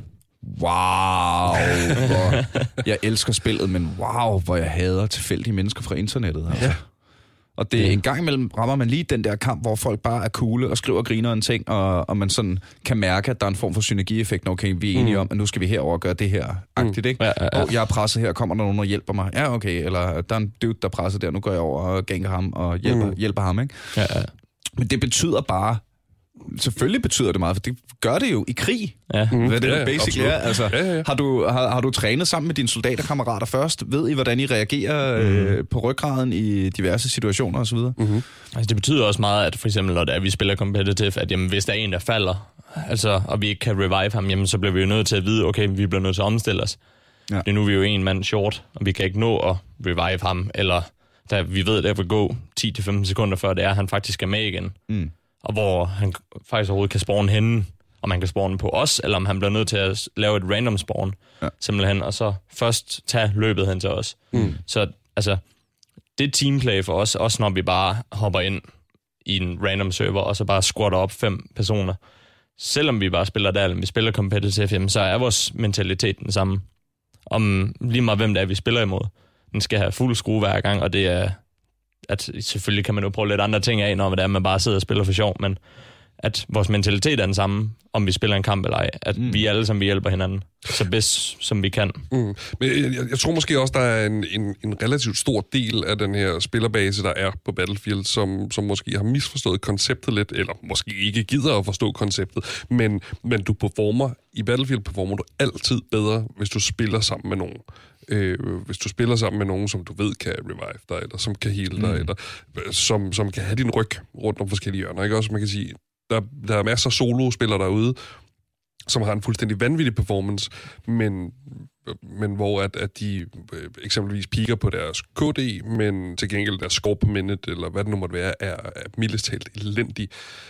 wow, hvor jeg elsker spillet, men wow, hvor jeg hader tilfældige mennesker fra internettet. Altså. Ja. Og det en gang imellem rammer man lige den der kamp, hvor folk bare er coole og skriver og griner en ting, og man sådan kan mærke, at der er en form for synergieffekt. Okay, vi er enige om, at nu skal vi herover og gøre det her agtigt, ikke? Ja. Og jeg er presset her, kommer der nogen og hjælper mig? Ja, okay. Eller der er en dude, der er presset der, nu går jeg over og ganker ham og hjælper ham, ikke? Ja. Men det betyder bare, selvfølgelig betyder det meget, for det gør det jo i krig. Ja. Hvad det basically er. Altså, har du trænet sammen med dine soldaterkammerater først? Ved I, hvordan I reagerer på ryggraden i diverse situationer osv.? Altså, det betyder også meget, at for eksempel, når vi spiller competitive, at jamen, hvis der er en, der falder, altså, og vi ikke kan revive ham, jamen, så bliver vi jo nødt til at vide, okay, vi bliver nødt til at omstille os. Ja. Det er nu vi er jo en mand short, og vi kan ikke nå at revive ham, eller da vi ved, at det vil gå 10-15 sekunder før det er, at han faktisk er med igen. Og hvor han faktisk overhovedet kan spawne henne, om han kan spawne på os, eller om han bliver nødt til at lave et random spawn, simpelthen, og så først tage løbet hen til os. Så altså, det er teamplay for os, også når vi bare hopper ind i en random server, og så bare squatter op 5 personer. Selvom vi bare spiller der, eller vi spiller competitive, så er vores mentalitet den samme. Om lige meget hvem det er, vi spiller imod. Den skal have fuld skrue hver gang, og det er at selvfølgelig kan man jo prøve lidt andre ting af, når det er, man bare sidder og spiller for sjov, men at vores mentalitet er den samme, om vi spiller en kamp eller ej. At vi alle sammen hjælper hinanden så bedst, som vi kan. Men jeg tror måske også, der er en relativt stor del af den her spillerbase, der er på Battlefield, som måske har misforstået konceptet lidt, eller måske ikke gider at forstå konceptet, men du performer, i Battlefield performer du altid bedre, hvis du spiller sammen med nogen. Hvis du spiller sammen med nogen, som du ved kan revive dig, eller som kan heal dig, eller som kan have din ryg rundt om forskellige hjørner. Ikke? Også man kan sige, der er masser af solo-spillere derude, som har en fuldstændig vanvittig performance, men hvor at de eksempelvis piker på deres KD, men til gengæld deres score per minute, eller hvad det nu måtte være, er mildest talt elendig.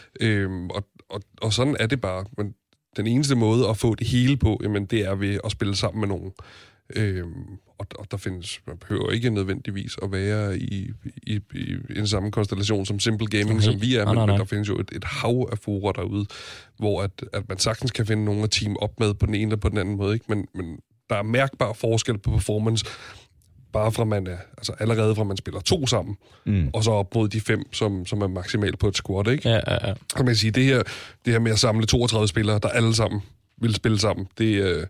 Og sådan er det bare. Men den eneste måde at få det hele på, jamen, det er ved at spille sammen med nogen. Og der findes, man behøver ikke nødvendigvis at være i en samme konstellation som Simple Gaming, som vi er, men der findes jo et hav af forer derude, hvor at man sagtens kan finde nogle af team op med på den ene eller på den anden måde, ikke? Men der er mærkbar forskel på performance, bare fra man er, altså allerede fra man spiller 2 sammen, og så op mod de 5, som er maksimalt på et squad, ikke? Ja. Så man kan sige, det her med at samle 32 spillere, der alle sammen vil spille sammen, det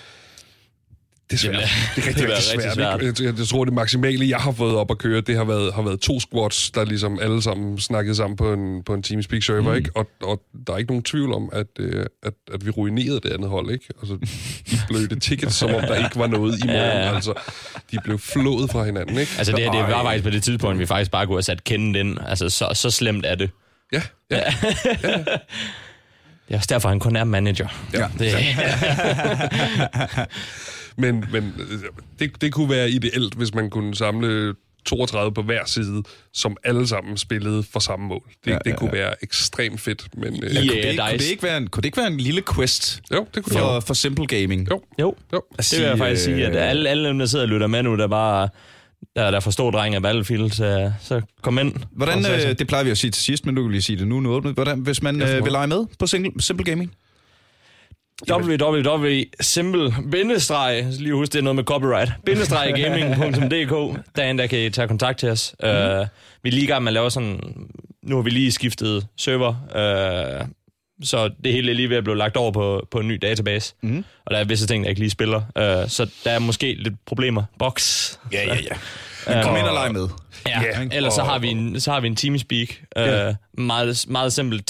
er svært. Det er rigtig svært. Jeg tror, det maksimale, jeg har fået op at køre, det har været 2 squads, der ligesom alle sammen snakkede sammen på en TeamSpeak-server, ikke? Og der er ikke nogen tvivl om, at vi ruinerede det andet hold, ikke? Altså, de blødte tickets, som om der ikke var noget i morgen. Altså, de blev flået fra hinanden, ikke? Altså, det var faktisk på det tidspunkt, vi faktisk bare kunne have sat kenden ind. Altså, så slemt er det. Ja. Det er også derfor, han kun er manager. Ja. Men det kunne være ideelt, hvis man kunne samle 32 på hver side, som alle sammen spillede for samme mål. Det kunne være ekstremt fedt. Men, kunne det ikke være en lille quest for Simple Gaming? Jo. Det vil jeg faktisk sige, at alle dem, der sidder og lytter med nu, der er for stor dreng af Battlefield, så kom ind. Hvordan, det plejer vi at sige til sidst, men du kan lige sige det nu. Hvordan, hvis man vil lege med på Simple Gaming? www.simple- lige husk, det er noget med copyright, -gaming.dk, der kan I tage kontakt til os. Vi er lige i gang med at lave sådan, nu har vi lige skiftet server, så det hele er lige ved at blive lagt over på en ny database, og der er visse ting, der ikke lige spiller, så der er måske lidt problemer. Box. Ja. Kom ind og lege med. Ja, ellers så har vi en TeamSpeak, meget, meget simpelt,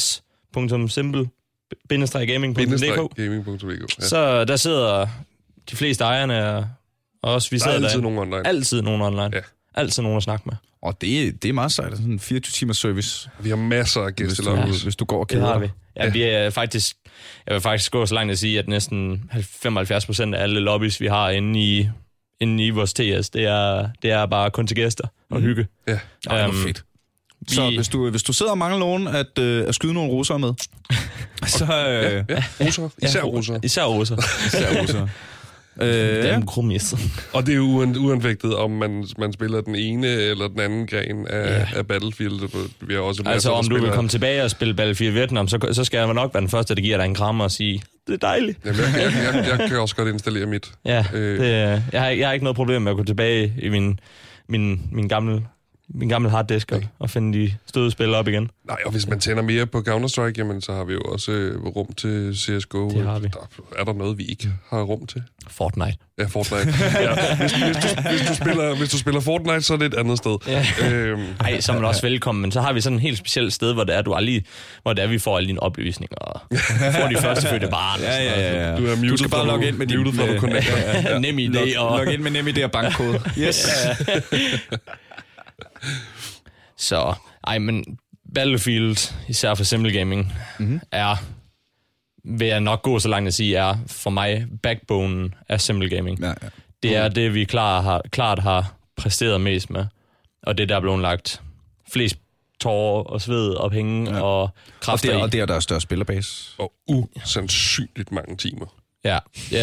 ts.simple-gaming.dk. Så der sidder de fleste ejerne, og også vi sidder der. Altid nogen online. Altid nogen online. Ja. Altid nogen at snakke med. Og det er meget sejt, sådan en 24 timers service. Vi har masser af gæstelobbies. Hvis du går og Det keder har dig. vi. Ja, vi er faktisk... Jeg vil faktisk gå så langt at sige, at næsten 75% af alle lobbies, vi har inde i vores TS, det er bare kun til gæster og hygge. Ja. Ej, det var fedt. Så hvis du sidder og mangler nogen at skyde nogle russere med, så... Russer. Især russer. Især russer. Dem krummis. Og det er jo uanfægtet, om man spiller den ene eller den anden gren af Battlefield. Vi har også altså, om du vil komme tilbage og spille Battlefield Vietnam, så skal jeg nok være den første, der giver dig en krammer og sige, det er dejligt. Jamen, jeg kan også godt installere mit. Ja, jeg har ikke noget problem med at gå tilbage i min gamle harddisk og finde de støde spil op igen. Nej, og hvis man tænder mere på Counter-Strike, jamen, så har vi jo også rum til CSGO. Det har vi. Er der noget, vi ikke har rum til? Fortnite. Ja, Fortnite. Ja. Hvis du spiller Fortnite, så er det et andet sted. Ja. Ej, så er man også velkommen, men så har vi sådan et helt specielt sted, hvor det er, vi får alle dine oplysninger og får de første fødte barn. Ja. Du er muted, du skal bare logge ind med muted, for du connecter. NemID og... Log ind med NemID og bankkode. Yes. Så, men Battlefield, især for Simple Gaming, vil jeg nok gå så langt at sige, er for mig backbonen af Simple Gaming. Ja. Det er det, vi klart har præsteret mest med, og det der er blevet lagt flest tårer og sved og penge og kræfter i. Og det er der større spillerbase. Og usandsynligt mange timer. Ja,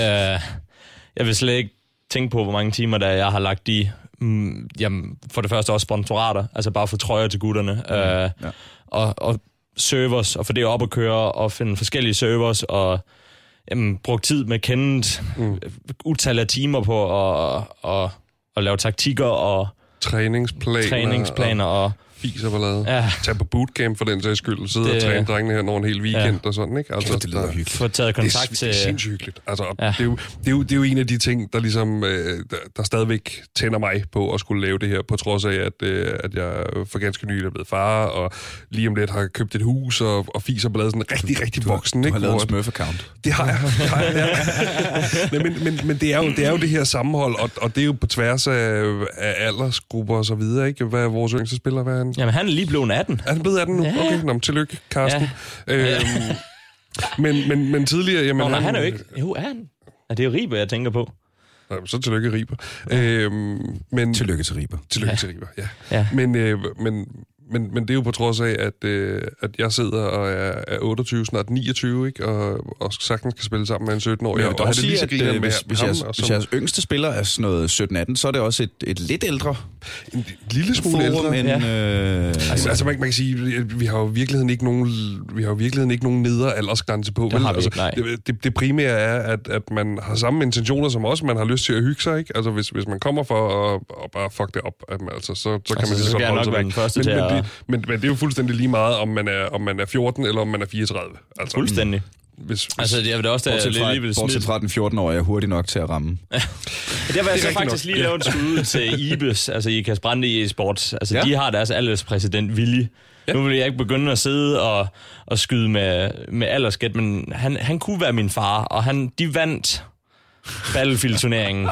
jeg vil slet ikke tænke på, hvor mange timer der jeg har lagt i. Jamen, for det første også sponsorater, altså bare få trøjer til gutterne, og servers, og få det op at køre, og finde forskellige servers, og bruge tid med kendt, utal af timer på at lave taktikker og træningsplaner og fiser ballade. Ja. Tag på bootcamp for den sags skyld, sidde og træne drengene her over en hel weekend og sådan, ikke? Altså, det lyder hyggeligt. Få taget kontakt til... Det er sindssygt hyggeligt. Altså, det er jo en af de ting, der ligesom, der stadigvæk tænder mig på at skulle lave det her, på trods af, at jeg for ganske nylig er blevet far, og lige om lidt har købt et hus, og fiser ballade sådan rigtig voksen, ikke? Du har lavet en Smurf-account. Det har jeg. Men det er jo det her sammenhold, og det er jo på tværs af aldersgrupper og så videre, ikke? Hvad er vores yngste spiller? Hvad er han? Jamen, han er lige blevet 18. Er han blevet 18 nu? Ja. Okay, tillykke, Carsten. Ja. Men tidligere... Jamen, han er jo ikke... Jo, er han? Ja, det er jo Ribe, jeg tænker på. Så tillykke, Riber. Tillykke til Riber. Tillykke til Riber, ja. Men det er jo på trods af, at jeg sidder og er 28, snart 29, ikke? Og sagtens kan spille sammen med en 17-årig. Jeg vil dog sige, at hvis jeres yngste spiller er sådan noget 17-18, så er det også et lidt ældre... En lille smule ældre. Altså man kan sige, vi har jo i virkeligheden ikke nogen nedre aldersgrænse på. Det har vi ikke, det primære er, at man har samme intentioner som os, man har lyst til at hygge sig, ikke? Altså hvis man kommer for at bare fuck det op, altså, så kan man lige så godt holde sig væk. Men det er jo fuldstændig lige meget, om man er 14 eller om man er 34. Altså, fuldstændig. Altså, jeg vil da også bortset fra den 14-årige er hurtig nok til at ramme. Der vil jeg så faktisk lige lave en skud til Ibis, altså i Ikast Brande eSports. Altså, de har deres alderspræsident Willy. Ja. Nu vil jeg ikke begynde at sidde og skyde med aldersgæt, men han kunne være min far, og de vandt Battlefield-turneringen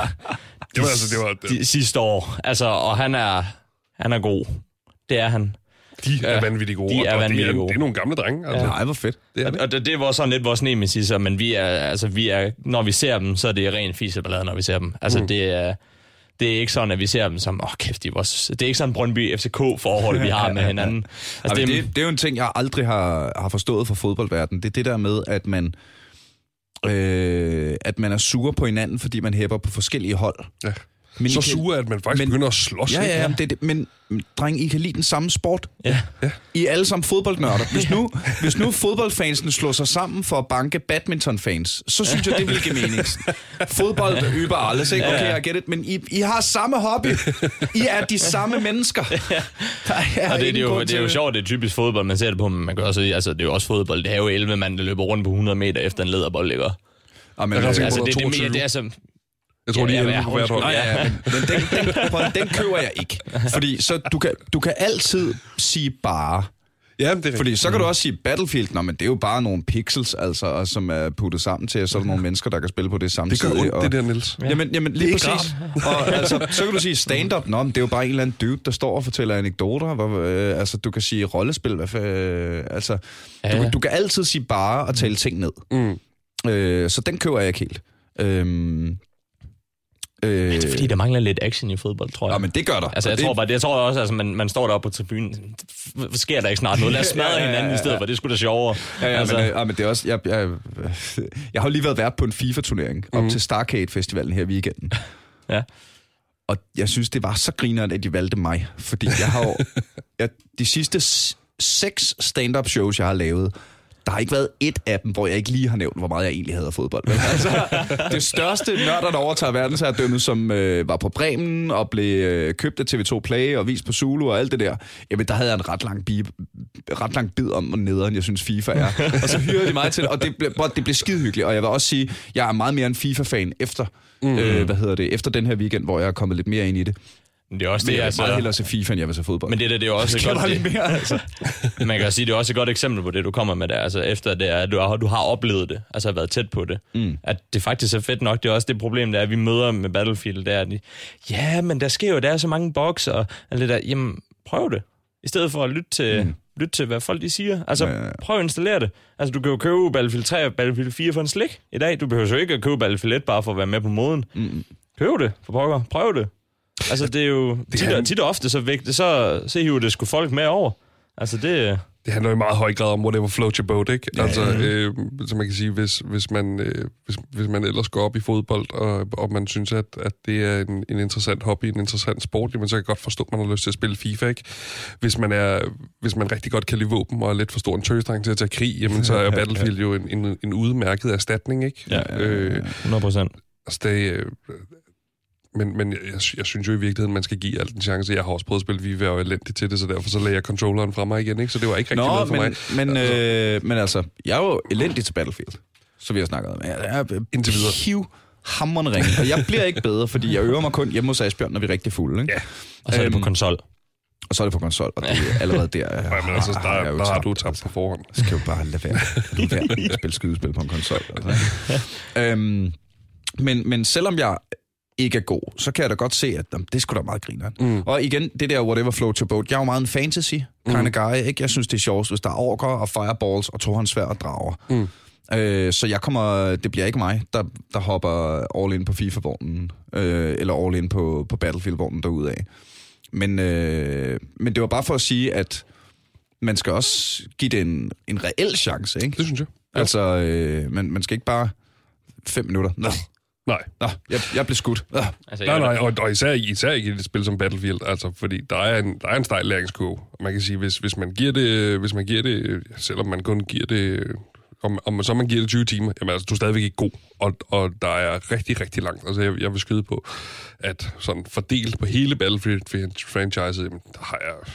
sidste år. Altså, og han er god. Det er han. De er vanvittigt gode. De er vanvittigt gode. Det er nogle gamle drenge. Altså. Ja, hvor fedt. Det var sådan lidt vores nemesis, men vi er, når vi ser dem, så er det ren fiseballade, når vi ser dem. Altså, det er ikke sådan, at vi ser dem som, kæft, det er ikke sådan Brøndby FCK-forhold, vi har med hinanden. Altså, det er jo en ting, jeg aldrig har forstået fra fodboldverdenen. Det er det der med, at man er sur på hinanden, fordi man hæpper på forskellige hold. Ja. Men så sure, at man faktisk begynder at slås. Ja, men dreng, I kan lide den samme sport. Ja. I er alle sammen fodboldnørder. Hvis nu fodboldfansene slår sig sammen for at banke badmintonfans, så synes jeg, det vil give mening. Fodbold yber alles, ikke? Okay, jeg get it. Men I har samme hobby. I er de samme mennesker. Det er jo sjovt, det er typisk fodbold, man ser det på, men man kan også sige, altså det er jo også fodbold. Det er jo 11 mand, der løber rundt på 100 meter efter en læderbold, ikke? Det er som... Jeg tror, de er 11 på hvert hold. Men den køber jeg ikke. Fordi så du kan altid sige bare, Ja, det er Fordi så kan du også sige Battlefield, men det er jo bare nogle pixels, altså, som er puttet sammen til, så er der nogle mennesker, der kan spille på det samtidig. Det gør ondt, det der, Niels. Jamen lige præcis. Og altså, så kan du sige stand-up, men det er jo bare en eller anden dude, der står og fortæller anekdoter. Altså, du kan sige rollespil, du kan altid sige bare og tale ting ned. Så den køber jeg ikke helt. Det er fordi, der mangler lidt action i fodbold, tror jeg. Ja, men det gør der. Altså, jeg tror også, altså, man står deroppe på tribunen. Sker der ikke snart noget? Lad os smadre hinanden i stedet for. Det skulle da sjovere. Men det er også... Jeg har lige været vært på en FIFA-turnering op til Starcade-festivalen her i weekenden. Ja. Og jeg synes, det var så grinerende, at de valgte mig. Fordi jeg har jo... de sidste 6 stand-up shows, jeg har lavet... Der har ikke været et af dem, hvor jeg ikke lige har nævnt, hvor meget jeg egentlig hader fodbold. Altså, det største nørder, der overtager verdensherredømmet, som var på Bremen og blev købt af TV2 Play og vist på Zulu og alt det der, jamen der havde jeg en ret lang bid om, hvor nederen jeg synes FIFA er. Og så hyrede de mig til det, og det blev skidehyggeligt. Og jeg vil også sige, jeg er meget mere en FIFA-fan efter, efter den her weekend, hvor jeg er kommet lidt mere ind i det. Det er også men det, jeg vil meget hellere se FIFA, end jeg vil se fodbold. Men det er jo også godt lidt mere, altså. Man kan sige, det er også et godt eksempel på det, du kommer med der. Altså efter det, at du har oplevet det, altså har været tæt på det. At det faktisk er fedt nok. Det er også det problem, der er, at vi møder med Battlefield, der ja, men der sker jo, der er så mange bugs og alt det der. Jamen, prøv det. I stedet for at lytte til, hvad folk de siger. Altså, prøv at installere det. Altså, du kan jo købe Battlefield 3 og Battlefield 4 for en slik i dag. Du behøver jo ikke at købe Battlefield 1 bare for at være med på moden. Køb det, for pokker. Prøv det. Altså, det er jo tit og ofte så vigtigt, så hiver det sgu folk med over. Altså, det handler jo i meget høj grad om whatever floats your boat, ikke? Ja. Altså, så man kan sige, hvis man ellers går op i fodbold, og man synes, at det er en interessant hobby, en interessant sport, jamen, så kan jeg godt forstå, at man har lyst til at spille FIFA, ikke? Hvis man rigtig godt kan lide våben, og er lidt for stor en tøsdreng til at tage krig, jamen, så er Battlefield jo en udmærket erstatning, ikke? Ja, 100%. Altså, Men jeg synes jo i virkeligheden, man skal give alt en chance. Jeg har også prøvet at spille FIFA og er elendig til det, så derfor så lagde jeg controlleren fra mig igen, ikke? Så det var ikke rigtig noget for mig. Men altså, jeg er jo elendig til Battlefield, så vi har snakket om. Jeg er indtil videre hamrende ringe, og jeg bliver ikke bedre, fordi jeg øver mig kun hjemme hos Asbjørn, når vi er rigtig fulde, ikke? Ja, og så er det på konsol. Og så er det på konsol, og det er allerede der. Men altså, der har du tabt på forhånd. Det skal jo bare lade være. Spille skydespil på en konsol. Altså. Men selvom jeg ikke er god, så kan jeg da godt se, at det skulle da meget grineren. Og igen, det der whatever float your boat, jeg er jo meget en fantasy kind of guy, ikke? Jeg synes, det er sjovt, hvis der er orker og fireballs og tohåndssværd og drager. Så det bliver ikke mig, der hopper all in på FIFA-vognen, eller all in på Battlefield-vognen derudad. Men det var bare for at sige, at man skal også give det en reel chance, ikke? Det synes jeg. Ja. Altså, man skal ikke bare 5 minutter. Nej, jeg blev skudt. Altså, nej, og især ikke i et spil som Battlefield, altså, fordi der er en stejl læringskurve. Man kan sige, hvis man giver det, selvom man kun giver det, om så man giver det 20 timer, jamen altså, du er stadigvæk ikke god, og der er rigtig, rigtig langt. Altså, jeg vil skyde på, at sådan fordelt på hele Battlefield-franchiset, jamen, der har jeg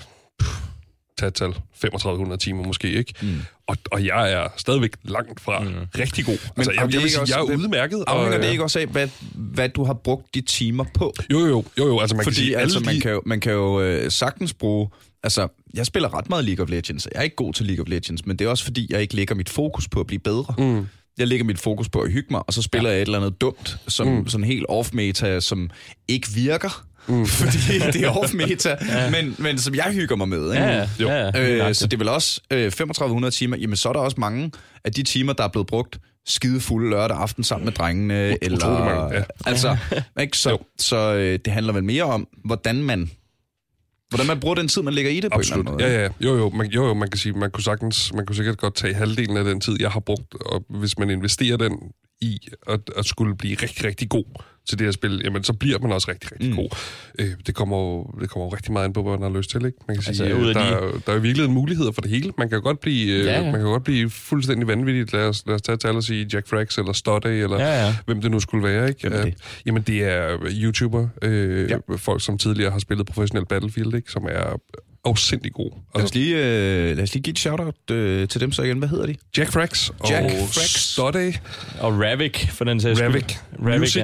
tal 3500 timer måske, ikke? Og jeg er stadigvæk langt fra rigtig god. Altså, jeg vil sige, jeg er udmærket. Afhænger det ikke også af, hvad du har brugt de timer på? Jo. Altså, man kan sige, altså, man kan jo sagtens bruge... Altså, jeg spiller ret meget League of Legends. Jeg er ikke god til League of Legends, men det er også fordi, jeg ikke lægger mit fokus på at blive bedre. Jeg lægger mit fokus på at hygge mig, og så spiller jeg et eller andet dumt, som sådan helt off-meta, som ikke virker. Fordi det er off-meta, men som jeg hygger mig med. Ikke? Så det er vel også 3500 timer. Jamen, så er der også mange af de timer, der er blevet brugt skide fulde lørdag aften sammen med drengene. Altså, ikke? Så det handler vel mere om, hvordan man bruger den tid, man lægger i det. Absolut. På en eller anden måde. Jo, man kan sige, man kunne sikkert godt tage halvdelen af den tid, jeg har brugt, og hvis man investerer den i at skulle blive rigtig, rigtig god til det her spil, jamen så bliver man også rigtig, rigtig god. Det kommer jo rigtig meget an på, hvad man har lyst til, ikke? Man kan sige, der er jo virkelig muligheder for det hele. Man kan jo godt blive fuldstændig vanvittigt. Lad os tage til at sige Jack Frax eller Stodday, eller hvem det nu skulle være, ikke? Jamen det er YouTuber, folk som tidligere har spillet professionel Battlefield, ikke? Som er afsindig god. Altså, lad os lige give et shout-out til dem så igen. Hvad hedder de? Jack Frax og Stodday. Og Ravik, for den sags Ravik Music.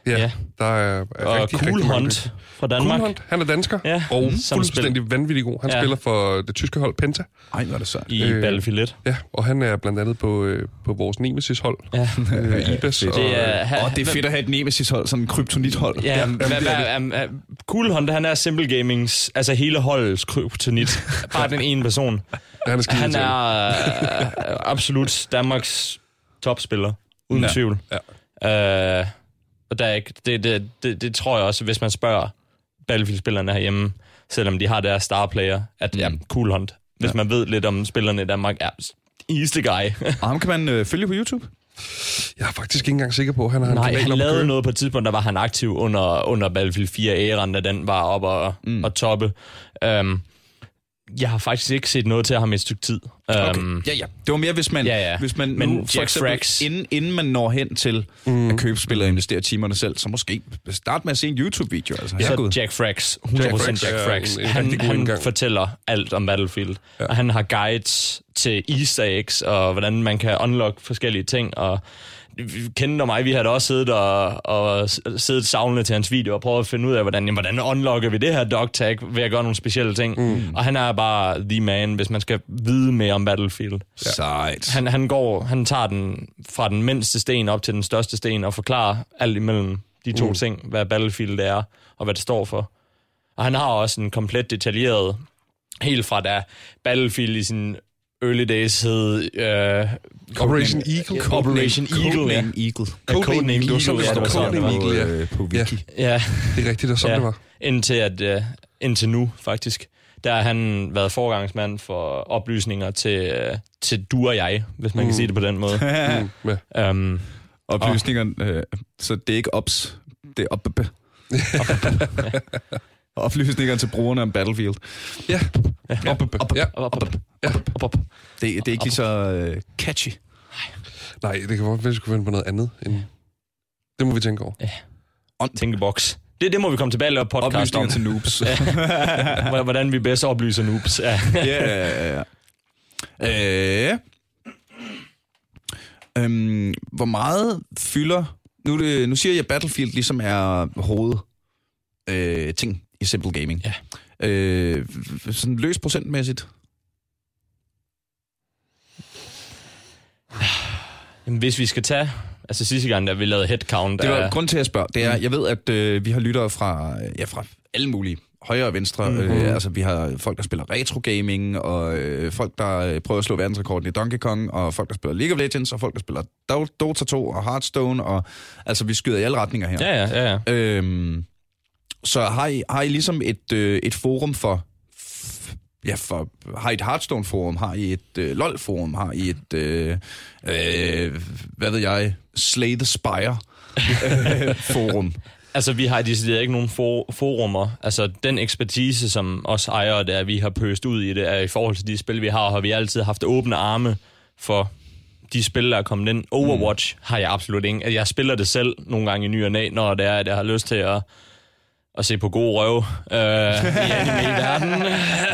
Ja, der er og rigtig Cool mange Hunt fra Danmark. Cool Hunt, han er dansker, Ja, og som fuldstændig vanvittig god. Han spiller for det tyske hold Penta. Ej, hvor er det så. I Battlefield 1. Ja, og han er blandt andet på vores Nemesis-hold. Ja. Ibis. Det er, det er fedt at have et Nemesis-hold, sådan en kryptonit-hold. Ja, Cool Hunt, han er Simple Gamings, altså hele holdets kryptonit. Bare den ene person. Han er absolut Danmarks topspiller, uden tvivl. Ja. Og der er ikke, det tror jeg også, hvis man spørger Battlefield-spillerne herhjemme, selvom de har deres starplayer, at Cool Hunt. Hvis man ved lidt om spillerne i Danmark, easy guy. Og ham kan man følge på YouTube? Jeg er faktisk ikke engang sikker på, han har han lavede noget på et tidspunkt, der var han aktiv under Battlefield 4-æren, da den var op og toppe. Jeg har faktisk ikke set noget til ham i et stykke tid. Okay. Det var mere, hvis man, hvis man men nu, for eksempel, inden man når hen til at købe spil og investere timerne selv, så måske start med at se en YouTube-video. Altså, så Jack Frax, 100% Jack Frax. Han fortæller alt om Battlefield, og han har guides til Easter eggs, og hvordan man kan unlock forskellige ting, og kendte mig, vi havde også siddet savlende til hans video og prøvet at finde ud af, hvordan unlocker vi det her dog tag ved at gøre nogle specielle ting. Og han er bare the man, hvis man skal vide mere om Battlefield. Sejt. Han tager den fra den mindste sten op til den største sten og forklarer alt imellem de to ting, hvad Battlefield er og hvad det står for. Og han har også en komplet detaljeret, helt fra da Battlefield i sin early days hed Operation Eagle. Operation Eagle, ja. Eagle. Codename Eagle, på Wiki. Ja. Det er rigtigt, og sådan det var. Indtil nu, faktisk. Der har han været forgangsmand for oplysninger til du og jeg, hvis man kan sige det på den måde. Oplysninger, så det er ikke ops, det er op. Oplysninger til brugerne om Battlefield. Ja. Det er ikke lige så catchy. Nej, det kan godt være, at vi skulle finde på noget andet. Det må vi tænke over. Ja. Tænkeboks. Det må vi komme tilbage og podcast oplysninger om. til noobs. Hvordan vi bedst oplyser noobs. Ja. Hvor meget fylder... Nu siger jeg, at Battlefield ligesom er ting i Simple Gaming. Ja. Sådan løs procentmæssigt. Jamen, hvis vi skal tage... Altså sidste gang, da vi lavede headcount... Det var grund til at spørge. Det er, jeg ved, at vi har lyttere fra alle mulige højre og venstre. Altså, vi har folk, der spiller retro-gaming, og folk, der prøver at slå verdensrekorden i Donkey Kong, og folk, der spiller League of Legends, og folk, der spiller Dota 2 og Hearthstone, og altså, vi skyder i alle retninger her. Ja. Så har I ligesom et forum for... har I et Hearthstone-forum, har I et LoL-forum, har I et, hvad ved jeg, Slay the Spire-forum? Altså, vi har decideret ikke nogen forumer. Altså, den ekspertise, som os ejere, der vi har pøst ud i det, er i forhold til de spil, vi har vi altid haft åbne arme for de spil, der er kommet ind. Overwatch har jeg absolut ingen. Altså, jeg spiller det selv nogle gange i ny og næ, når det er, at jeg har lyst til at se på god røv i anime-verdenen.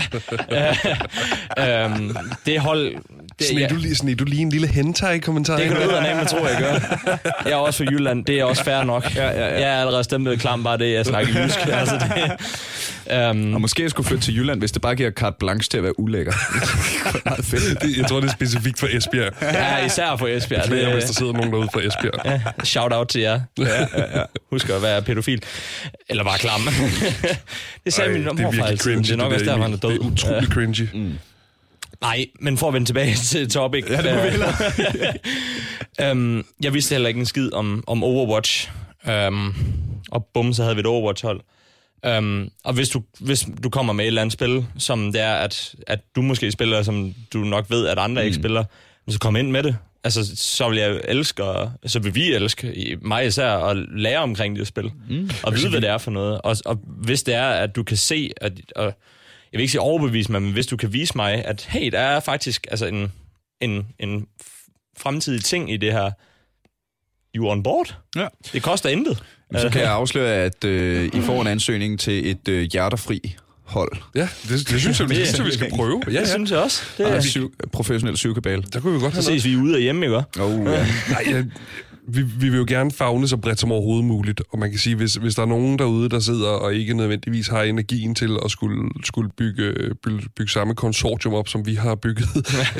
Det hold... Sned du lige en lille hentai-kommentar? Det kan du ud man tror, jeg gør. Jeg er også fra Jylland, det er også fair nok. Ja. Jeg er allerede stemt klam, bare det, jeg snakker jysk. Altså, og måske jeg skulle flytte til Jylland, hvis det bare giver carte blanche til at være ulækker. Jeg tror, det er specifikt for Esbjerg. Ja, især for Esbjerg. Det er, hvis der sidder nogen derude fra Esbjerg. Ja, shout out til jer. Ja. Husk at være pædofil. Eller bare klam. Det sagde min morfar altid. Det er nok også derfor, han er død. Det er utrolig cringy. Nej, men for at vende tilbage til topic. Ja, det må vi jeg vidste heller ikke en skid om Overwatch. Og bum, så havde vi et Overwatch-hold. Og hvis du kommer med et eller andet spil, som det er, at du måske spiller, som du nok ved, at andre ikke spiller, så kom ind med det. Altså, så vil jeg elske, så vil vi elske, mig især, at lære omkring det spil. Og vide, hvad det er for noget. Og hvis det er, at du kan se, og jeg vil ikke sige overbevise mig, men hvis du kan vise mig, at hey, der er faktisk altså en fremtidig ting i det her, you on board. Ja. Det koster intet. Så kan jeg afsløre, at I får en ansøgning til et hjerterfri hold. Ja, det synes jeg, vi skal prøve. Ja, det synes jeg også. Det er professionel psykobal. Der kunne vi godt have så ses vi ude af hjemme, ikke? Nej, vi vil jo gerne favne så bredt som overhovedet muligt, og man kan sige, hvis der er nogen derude, der sidder og ikke nødvendigvis har energien til at skulle bygge samme konsortium op, som vi har bygget,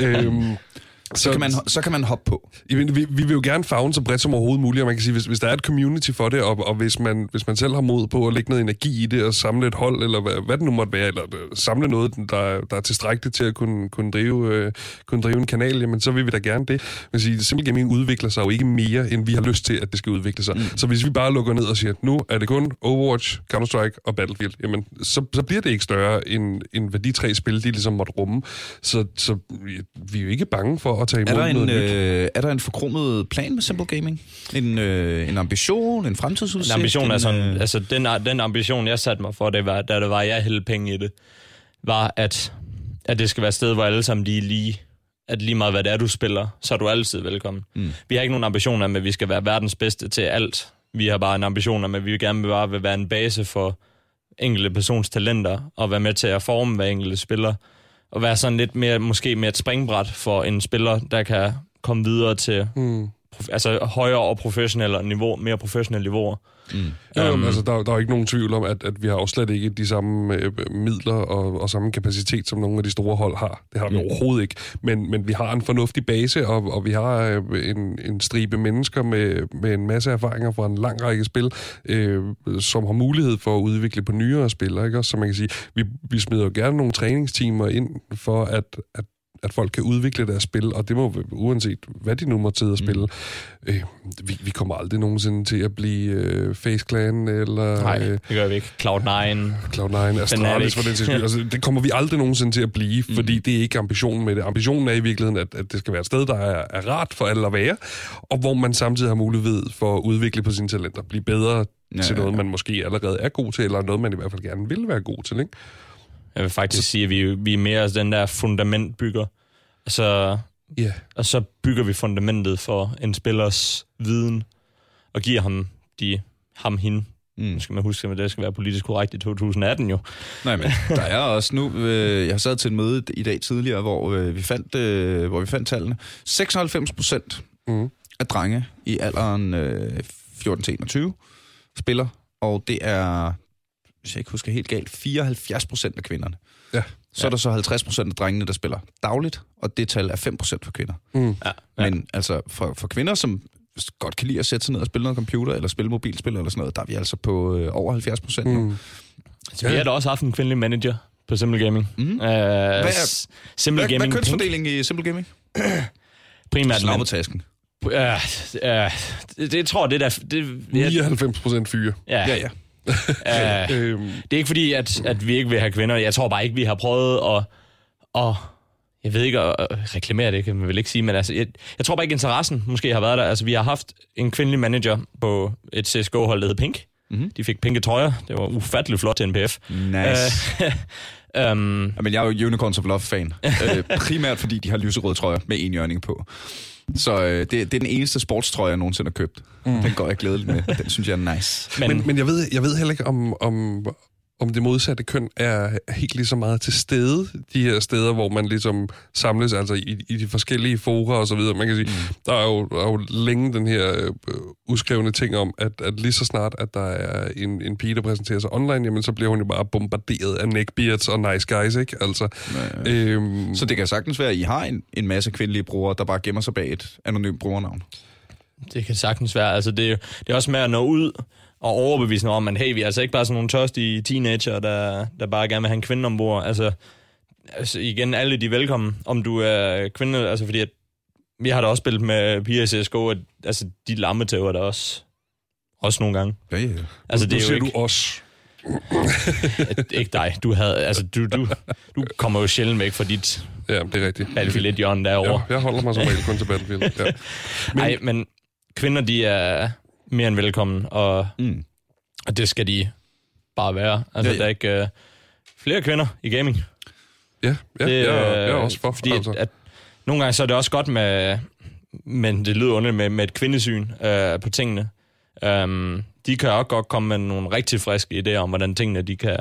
Så kan man hoppe på. Vi vil jo gerne favne så bredt som overhovedet muligt, og man kan sige, hvis der er et community for det, og hvis man selv har mod på at lægge noget energi i det, og samle et hold, eller hvad det nu måtte være, eller samle noget, der er tilstrækkeligt til at kunne drive en kanal, jamen så vil vi da gerne det. Man kan sige, Simple Gaming udvikler sig jo ikke mere, end vi har lyst til, at det skal udvikle sig. Så hvis vi bare lukker ned og siger, nu er det kun Overwatch, Counter-Strike og Battlefield, jamen så bliver det ikke større, end hvad de 3 spil, de ligesom måtte rumme. Så vi er jo ikke bange for at tage imod noget nyt. Er der en forkromet plan med Simple Gaming? En ambition, en fremtidsudsigt? En ambition er sådan, altså den ambition, jeg satte mig for, det var, da det var, jeg hældte penge i det, var, at det skal være et sted, hvor alle sammen lige meget hvad det er, du spiller, så er du altid velkommen. Vi har ikke nogen ambitioner om, at vi skal være verdens bedste til alt. Vi har bare en ambition om, at vi gerne vil være en base for enkelte persons talenter, og være med til at forme hver enkelte spiller, og være sådan lidt mere, måske mere et springbræt for en spiller, der kan komme videre til altså højere og professionelle niveau, mere professionelle niveauer. Altså, der er ikke nogen tvivl om, at vi har jo slet ikke de samme midler og samme kapacitet, som nogle af de store hold har. Det har vi overhovedet ikke. Men vi har en fornuftig base, og vi har en stribe mennesker med en masse erfaringer fra en lang række spil, som har mulighed for at udvikle på nyere spil. Ikke? Også, så man kan sige, vi smider jo gerne nogle træningstimer ind for, at folk kan udvikle deres spil, og det må uanset hvad de nu må sidde og spille. Vi kommer aldrig nogensinde til at blive Face Clan, eller... Nej, det gør vi ikke. Cloud9, Astralis for den sags skyld. Altså, det kommer vi aldrig nogensinde til at blive, fordi det er ikke ambitionen med det. Ambitionen er i virkeligheden, at det skal være et sted, der er rart for alle at være, og hvor man samtidig har mulighed for at udvikle på sine talenter, blive bedre til noget, man måske allerede er god til, eller noget, man i hvert fald gerne vil være god til, ikke? Jeg vil faktisk sige, at vi er mere den der fundamentbygger. Og så bygger vi fundamentet for en spillers viden, og giver ham hende. Nu skal man huske, at det skal være politisk korrekt i 2018 jo. Nej, men der er også nu... jeg har sad til et møde i dag tidligere, hvor vi fandt tallene. 96% af drenge i alderen 14-21 spiller, og det er... hvis jeg ikke husker helt galt, 74% af kvinderne. Ja. Så er der så 50% af drengene, der spiller dagligt, og det tal er 5% for kvinder. Ja. Men altså for kvinder, som godt kan lide at sætte sig ned og spille noget computer, eller spille mobilspil eller sådan noget, der er vi altså på over 70% nu. Så vi har da også haft en kvindelig manager på Simple Gaming. Hvad er kønsfordelingen i Simple Gaming? Primært Slagmetasken. Det tror jeg, det der... 99% fyre. Ja. Det er ikke fordi, at vi ikke vil have kvinder. Jeg tror bare ikke, vi har prøvet at jeg ved ikke, at reklamere det, kan man vel ikke sige, men altså, jeg tror bare ikke, interessen måske har været der. Altså, vi har haft en kvindelig manager på et CSGO-hold, der hed Pink. De fik pinke trøjer. Det var ufatteligt flot til NPF. Nice. Men jeg er jo Unicorns of Love-fan. Primært fordi de har lyserøde trøjer med en hjørning på. Så det er den eneste sportstrøje, jeg nogensinde har købt. Den går jeg glædeligt med. Den synes jeg er nice. Men jeg ved heller ikke, om det modsatte køn er helt lige så meget til stede, de her steder, hvor man ligesom samles, altså i de forskellige fora og så videre. Man kan sige, der er jo længe den her uskrevne ting om, at lige så snart, at der er en pige, der præsenterer sig online, jamen så bliver hun jo bare bombarderet af neckbeards og nice guys, ikke? Altså, så det kan sagtens være, at I har en masse kvindelige brugere, der bare gemmer sig bag et anonymt brugernavn? Det kan sagtens være. Altså, det er også med at nå ud og overbevisende om, at hey, vi er altså ikke bare sådan nogle tørstige teenager, der bare gerne vil have en kvinde ombord. Altså igen, alle de er velkommen, om du er kvinde, altså fordi at vi har da også spillet med piger i CSGO, at altså de lammetæver der også nogle gange. Ja. Altså det er jo ikke... du også. ikke dig. Du kommer jo sjældent væk fra dit... Ja, det er rigtigt. Battlefield 1-hjørne derovre. Ja, jeg holder mig som regel kun til Battlefield. Ja. Men kvinder, de er mere end velkommen, og det skal de bare være. Altså, der er ikke flere kvinder i gaming. Ja, jeg er også for. Fordi at nogle gange så er det også godt med, men det lyder underligt med et kvindesyn på tingene. De kan også godt komme med nogle rigtig friske idéer om, hvordan tingene de kan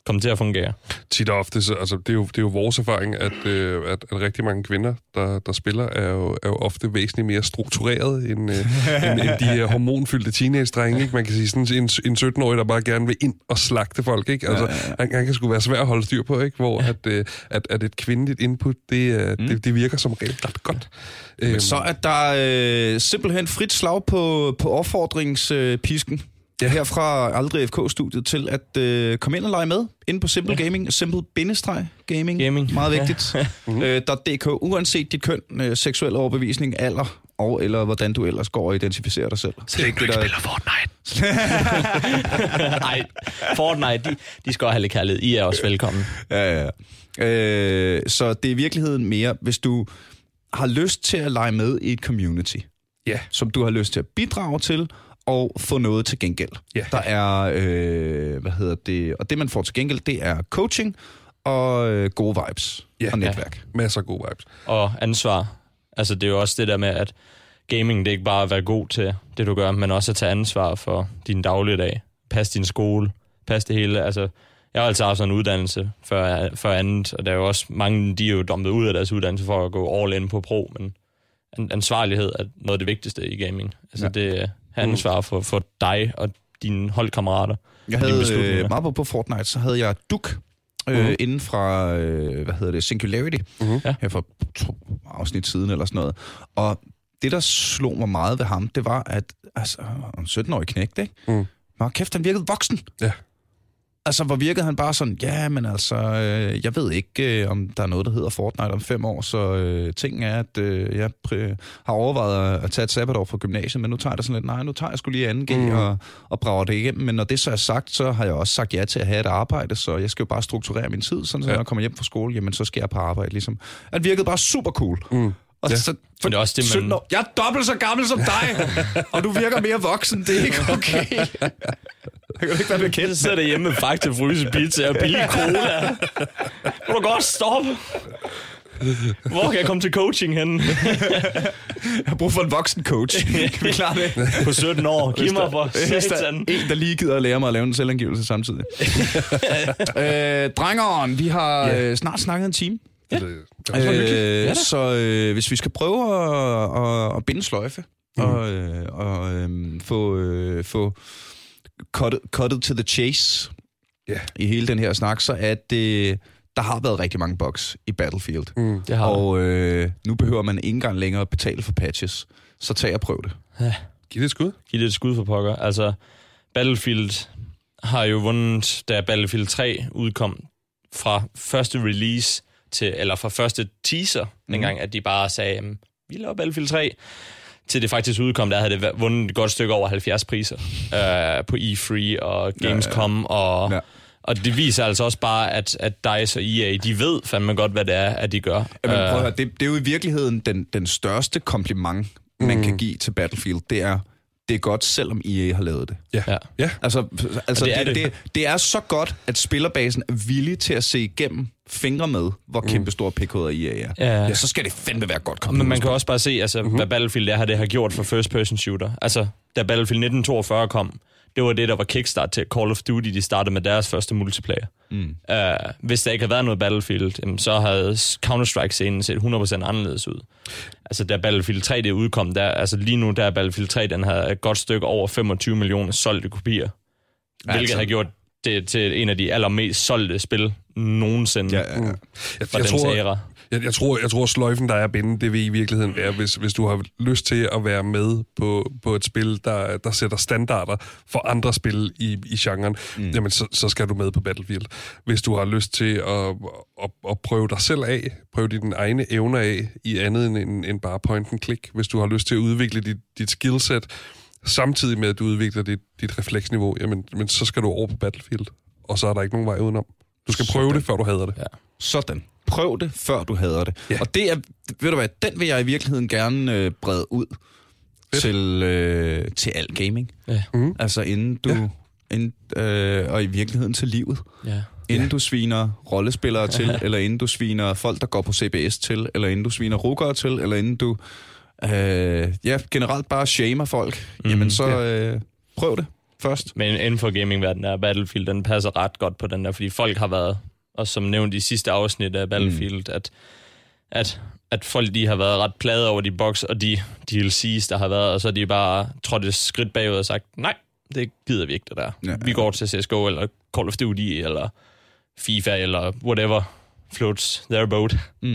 komme til at fungere. Tit og ofte, altså, det er jo vores erfaring, at rigtig mange kvinder, der spiller, er jo ofte væsentligt mere struktureret end de her hormonfyldte teenage-drenge. Ikke? Man kan sige sådan en 17-årig, der bare gerne vil ind og slagte folk. Ikke? Altså, han kan sgu være svær at holde styr på, ikke? Hvor at et kvindeligt input, det virker som ret godt. Men så er der simpelthen frit slag på opfordringspisken. Ja, her fra Aldrig FK-studiet til at komme ind og lege med inde på Simple Gaming. Simple-gaming. Meget vigtigt. .dk, uanset dit køn, seksuel overbevisning, alder og eller hvordan du ellers går og identificerer dig selv. Så det er ikke det, der spiller Fortnite. Nej, Fortnite, de skal have lidt kærlighed. I er også velkommen. Ja. Så det er i virkeligheden mere, hvis du har lyst til at lege med i et community, som du har lyst til at bidrage til, og få noget til gengæld. Yeah. Der er, og det man får til gengæld, det er coaching og gode vibes og netværk. Masser af gode vibes. Og ansvar. Altså det er jo også det der med, at gaming, det er ikke bare at være god til det, du gør, men også at tage ansvar for din dagligdag. Pas din skole, pas det hele. Altså, jeg har altid haft sådan en uddannelse før andet, og der er jo også mange, de er jo dumpet ud af deres uddannelse for at gå all in på pro, men ansvarlighed er noget af det vigtigste i gaming. Altså det ansvar for dig og dine holdkammerater. Jeg havde meget på Fortnite, så havde jeg Duke inden fra, Singularity, her for 2 afsnit siden eller sådan noget. Og det, der slog mig meget ved ham, det var, at en 17-årig knægt, ikke? Men kæft, han virkede voksen. Ja. Altså, hvor virkede han bare sådan, jeg ved ikke, om der er noget, der hedder Fortnite om 5 år, så tingen er, at jeg har overvejet at tage et sabbatår fra gymnasiet, men nu tager jeg det sådan lidt, nu tager jeg sgu lige 2G og brager det igennem, men når det så er sagt, så har jeg også sagt ja til at have et arbejde, så jeg skal jo bare strukturere min tid, sådan så når jeg kommer hjem fra skole, jamen så skal jeg på arbejde, ligesom. Han virkede bare super cool. Og så, det er også det, man... Jeg er dobbelt så gammel som dig, og du virker mere voksen, det er ikke okay. Jeg kan ikke være bekendt. Så sidder der hjemme med Fakta, fryse pizza og billig cola. Må du godt stoppe? Hvor kan jeg komme til coaching henne? Jeg har brug for en voksen coach. Kan vi klare det? På 17 år. Giv mig for satan. En, der lige gider at lære mig at lave en selvangivelse samtidig. Drengeren, vi har snart snakket en time. Ja. Så hvis vi skal prøve at binde sløjfe og få cuttet to the chase i hele den her snak, så er det, der har været rigtig mange bugs i Battlefield. Og nu behøver man ikke engang længere at betale for patches. Så tag og prøv det. Ja. Giv det et skud. Giv det et skud for pokker. Altså, Battlefield har jo vundet, da Battlefield 3 udkom fra første release eller fra første teaser, dengang, at de bare sagde, vi laver Battlefield 3, til det faktisk udkom, der havde det vundet et godt stykke over 70 priser på E3 og Gamescom, og det viser altså også bare, at DICE og EA, de ved fandme godt, hvad det er, at de gør. Jamen, prøv at høre, det er jo i virkeligheden den største kompliment, man kan give til Battlefield, det er godt, selvom EA har lavet det. Ja. Altså det er så godt, at spillerbasen er villig til at se igennem fingre med, hvor kæmpe store pikhoveder EA er. Ja, så skal det fandme være godt. Men man kan også bare se, hvad Battlefield det har gjort for first-person shooter. Altså, da Battlefield 1942 kom, det var det, der var kickstart til Call of Duty. De startede med deres første multiplayer. Hvis der ikke havde været noget Battlefield, så havde Counter-Strike-scenen set 100% anderledes ud. Altså, da Battlefield 3 det udkom, lige nu der er Battlefield 3, den havde et godt stykke over 25 millioner solgte kopier. Hvilket har gjort det til en af de allermest solgte spil nogensinde fra dens æra. Jeg tror, sløjfen, der er binde, det vil i virkeligheden være, hvis du har lyst til at være med på et spil, der sætter standarder for andre spil i genren, jamen så skal du med på Battlefield. Hvis du har lyst til at prøve dig selv af, prøve dine egne evner af i andet end bare point and click. Hvis du har lyst til at udvikle dit skillset, samtidig med, at du udvikler dit refleksniveau, jamen så skal du over på Battlefield, og så er der ikke nogen vej udenom. Du skal prøve det, før du hader det. Ja. Sådan. Prøv det, før du hader det. Ja. Og det er, ved du hvad, den vil jeg i virkeligheden gerne brede ud til al gaming. Ja. Altså inden du, og i virkeligheden til livet. Ja. Inden du sviner rollespillere til, eller inden du sviner folk, der går på CBS til, eller inden du sviner ruggere til, eller inden du generelt bare shamer folk, jamen så prøv det. først. Men inden for gamingverdenen er Battlefield, den passer ret godt på den der, fordi folk har været, og som nævnt i sidste afsnit af Battlefield, at folk de har været ret plade over de box og de DLC's, der har været, og så er de bare trådt et skridt bagud og sagt, nej, det gider vi ikke, det der. Ja. Vi går til CSGO, eller Call of Duty, eller FIFA, eller whatever floats their boat.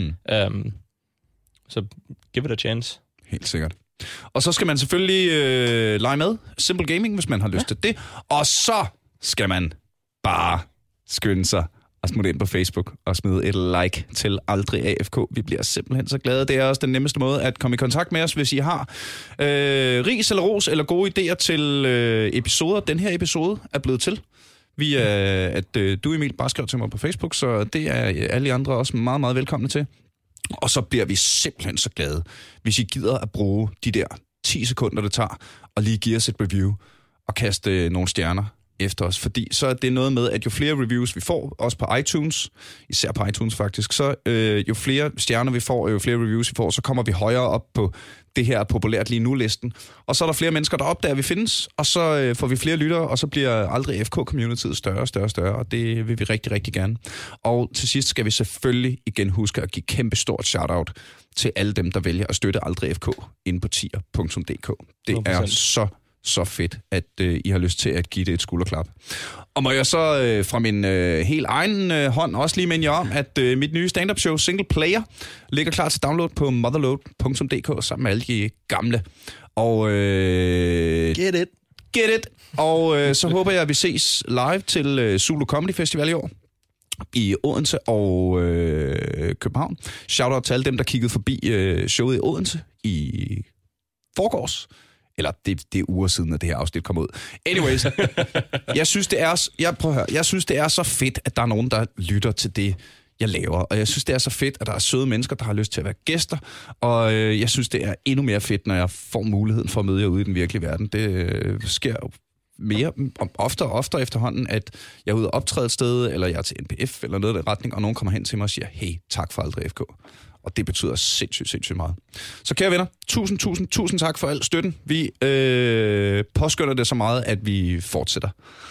Så give it a chance. Helt sikkert. Og så skal man selvfølgelig lege med Simple Gaming, hvis man har lyst til det. Og så skal man bare skynde sig og smutte ind på Facebook og smide et like til Aldrig AFK. Vi bliver simpelthen så glade. Det er også den nemmeste måde at komme i kontakt med os, hvis I har ris eller ros eller gode idéer til episoder. Den her episode er blevet til via, at du, Emil, bare skrev til mig på Facebook, så det er alle andre også meget, meget velkomne til. Og så bliver vi simpelthen så glade, hvis I gider at bruge de der 10 sekunder, det tager, og lige give os et review og kaste nogle stjerner efter os. Fordi så er det noget med, at jo flere reviews vi får, også på iTunes, især på iTunes faktisk, så jo flere stjerner vi får, jo flere reviews vi får, så kommer vi højere op på det her populært lige nu-listen. Og så er der flere mennesker, der opdager, at vi findes, og så får vi flere lyttere, og så bliver Aldrig AFK-communityet større og større og større, og det vil vi rigtig, rigtig gerne. Og til sidst skal vi selvfølgelig igen huske at give kæmpe stort shout-out til alle dem, der vælger at støtte Aldrig AFK inde på tier.dk. Det 100%. Er så fedt, at I har lyst til at give det et skulderklap. Og må jeg så fra min helt egen hånd også lige minde jer om, at mit nye stand-up show Single Player ligger klar til download på motherload.dk sammen med alle de gamle. Og Get it. Og så håber jeg, at vi ses live til Zulu Comedy Festival i år i Odense og København. Shout-out til alle dem, der kiggede forbi showet i Odense i forgårs. Eller det er uger siden, at det her afsnit kom ud. Anyways, jeg synes, det er så fedt, at der er nogen, der lytter til det, jeg laver. Og jeg synes, det er så fedt, at der er søde mennesker, der har lyst til at være gæster. Og jeg synes, det er endnu mere fedt, når jeg får muligheden for at møde jer ude i den virkelige verden. Det sker jo mere, oftere og oftere efterhånden, at jeg er ude og optræde et sted, eller jeg er til NPF, eller noget af den retning, og nogen kommer hen til mig og siger, hey, tak for Aldrig AFK. Og det betyder sindssygt meget. Så kære venner, tusind tak for al støtten. Vi påskynder det så meget, at vi fortsætter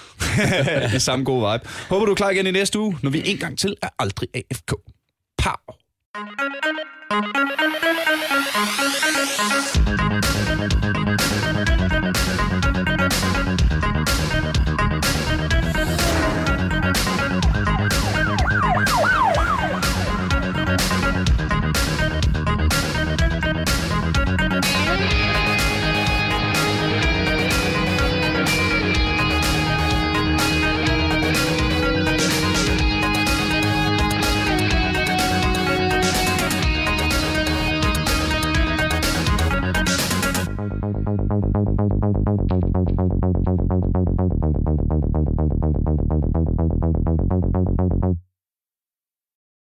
i samme gode vibe. Håber du er klar igen i næste uge, når vi en gang til er Aldrig AFK. Pow!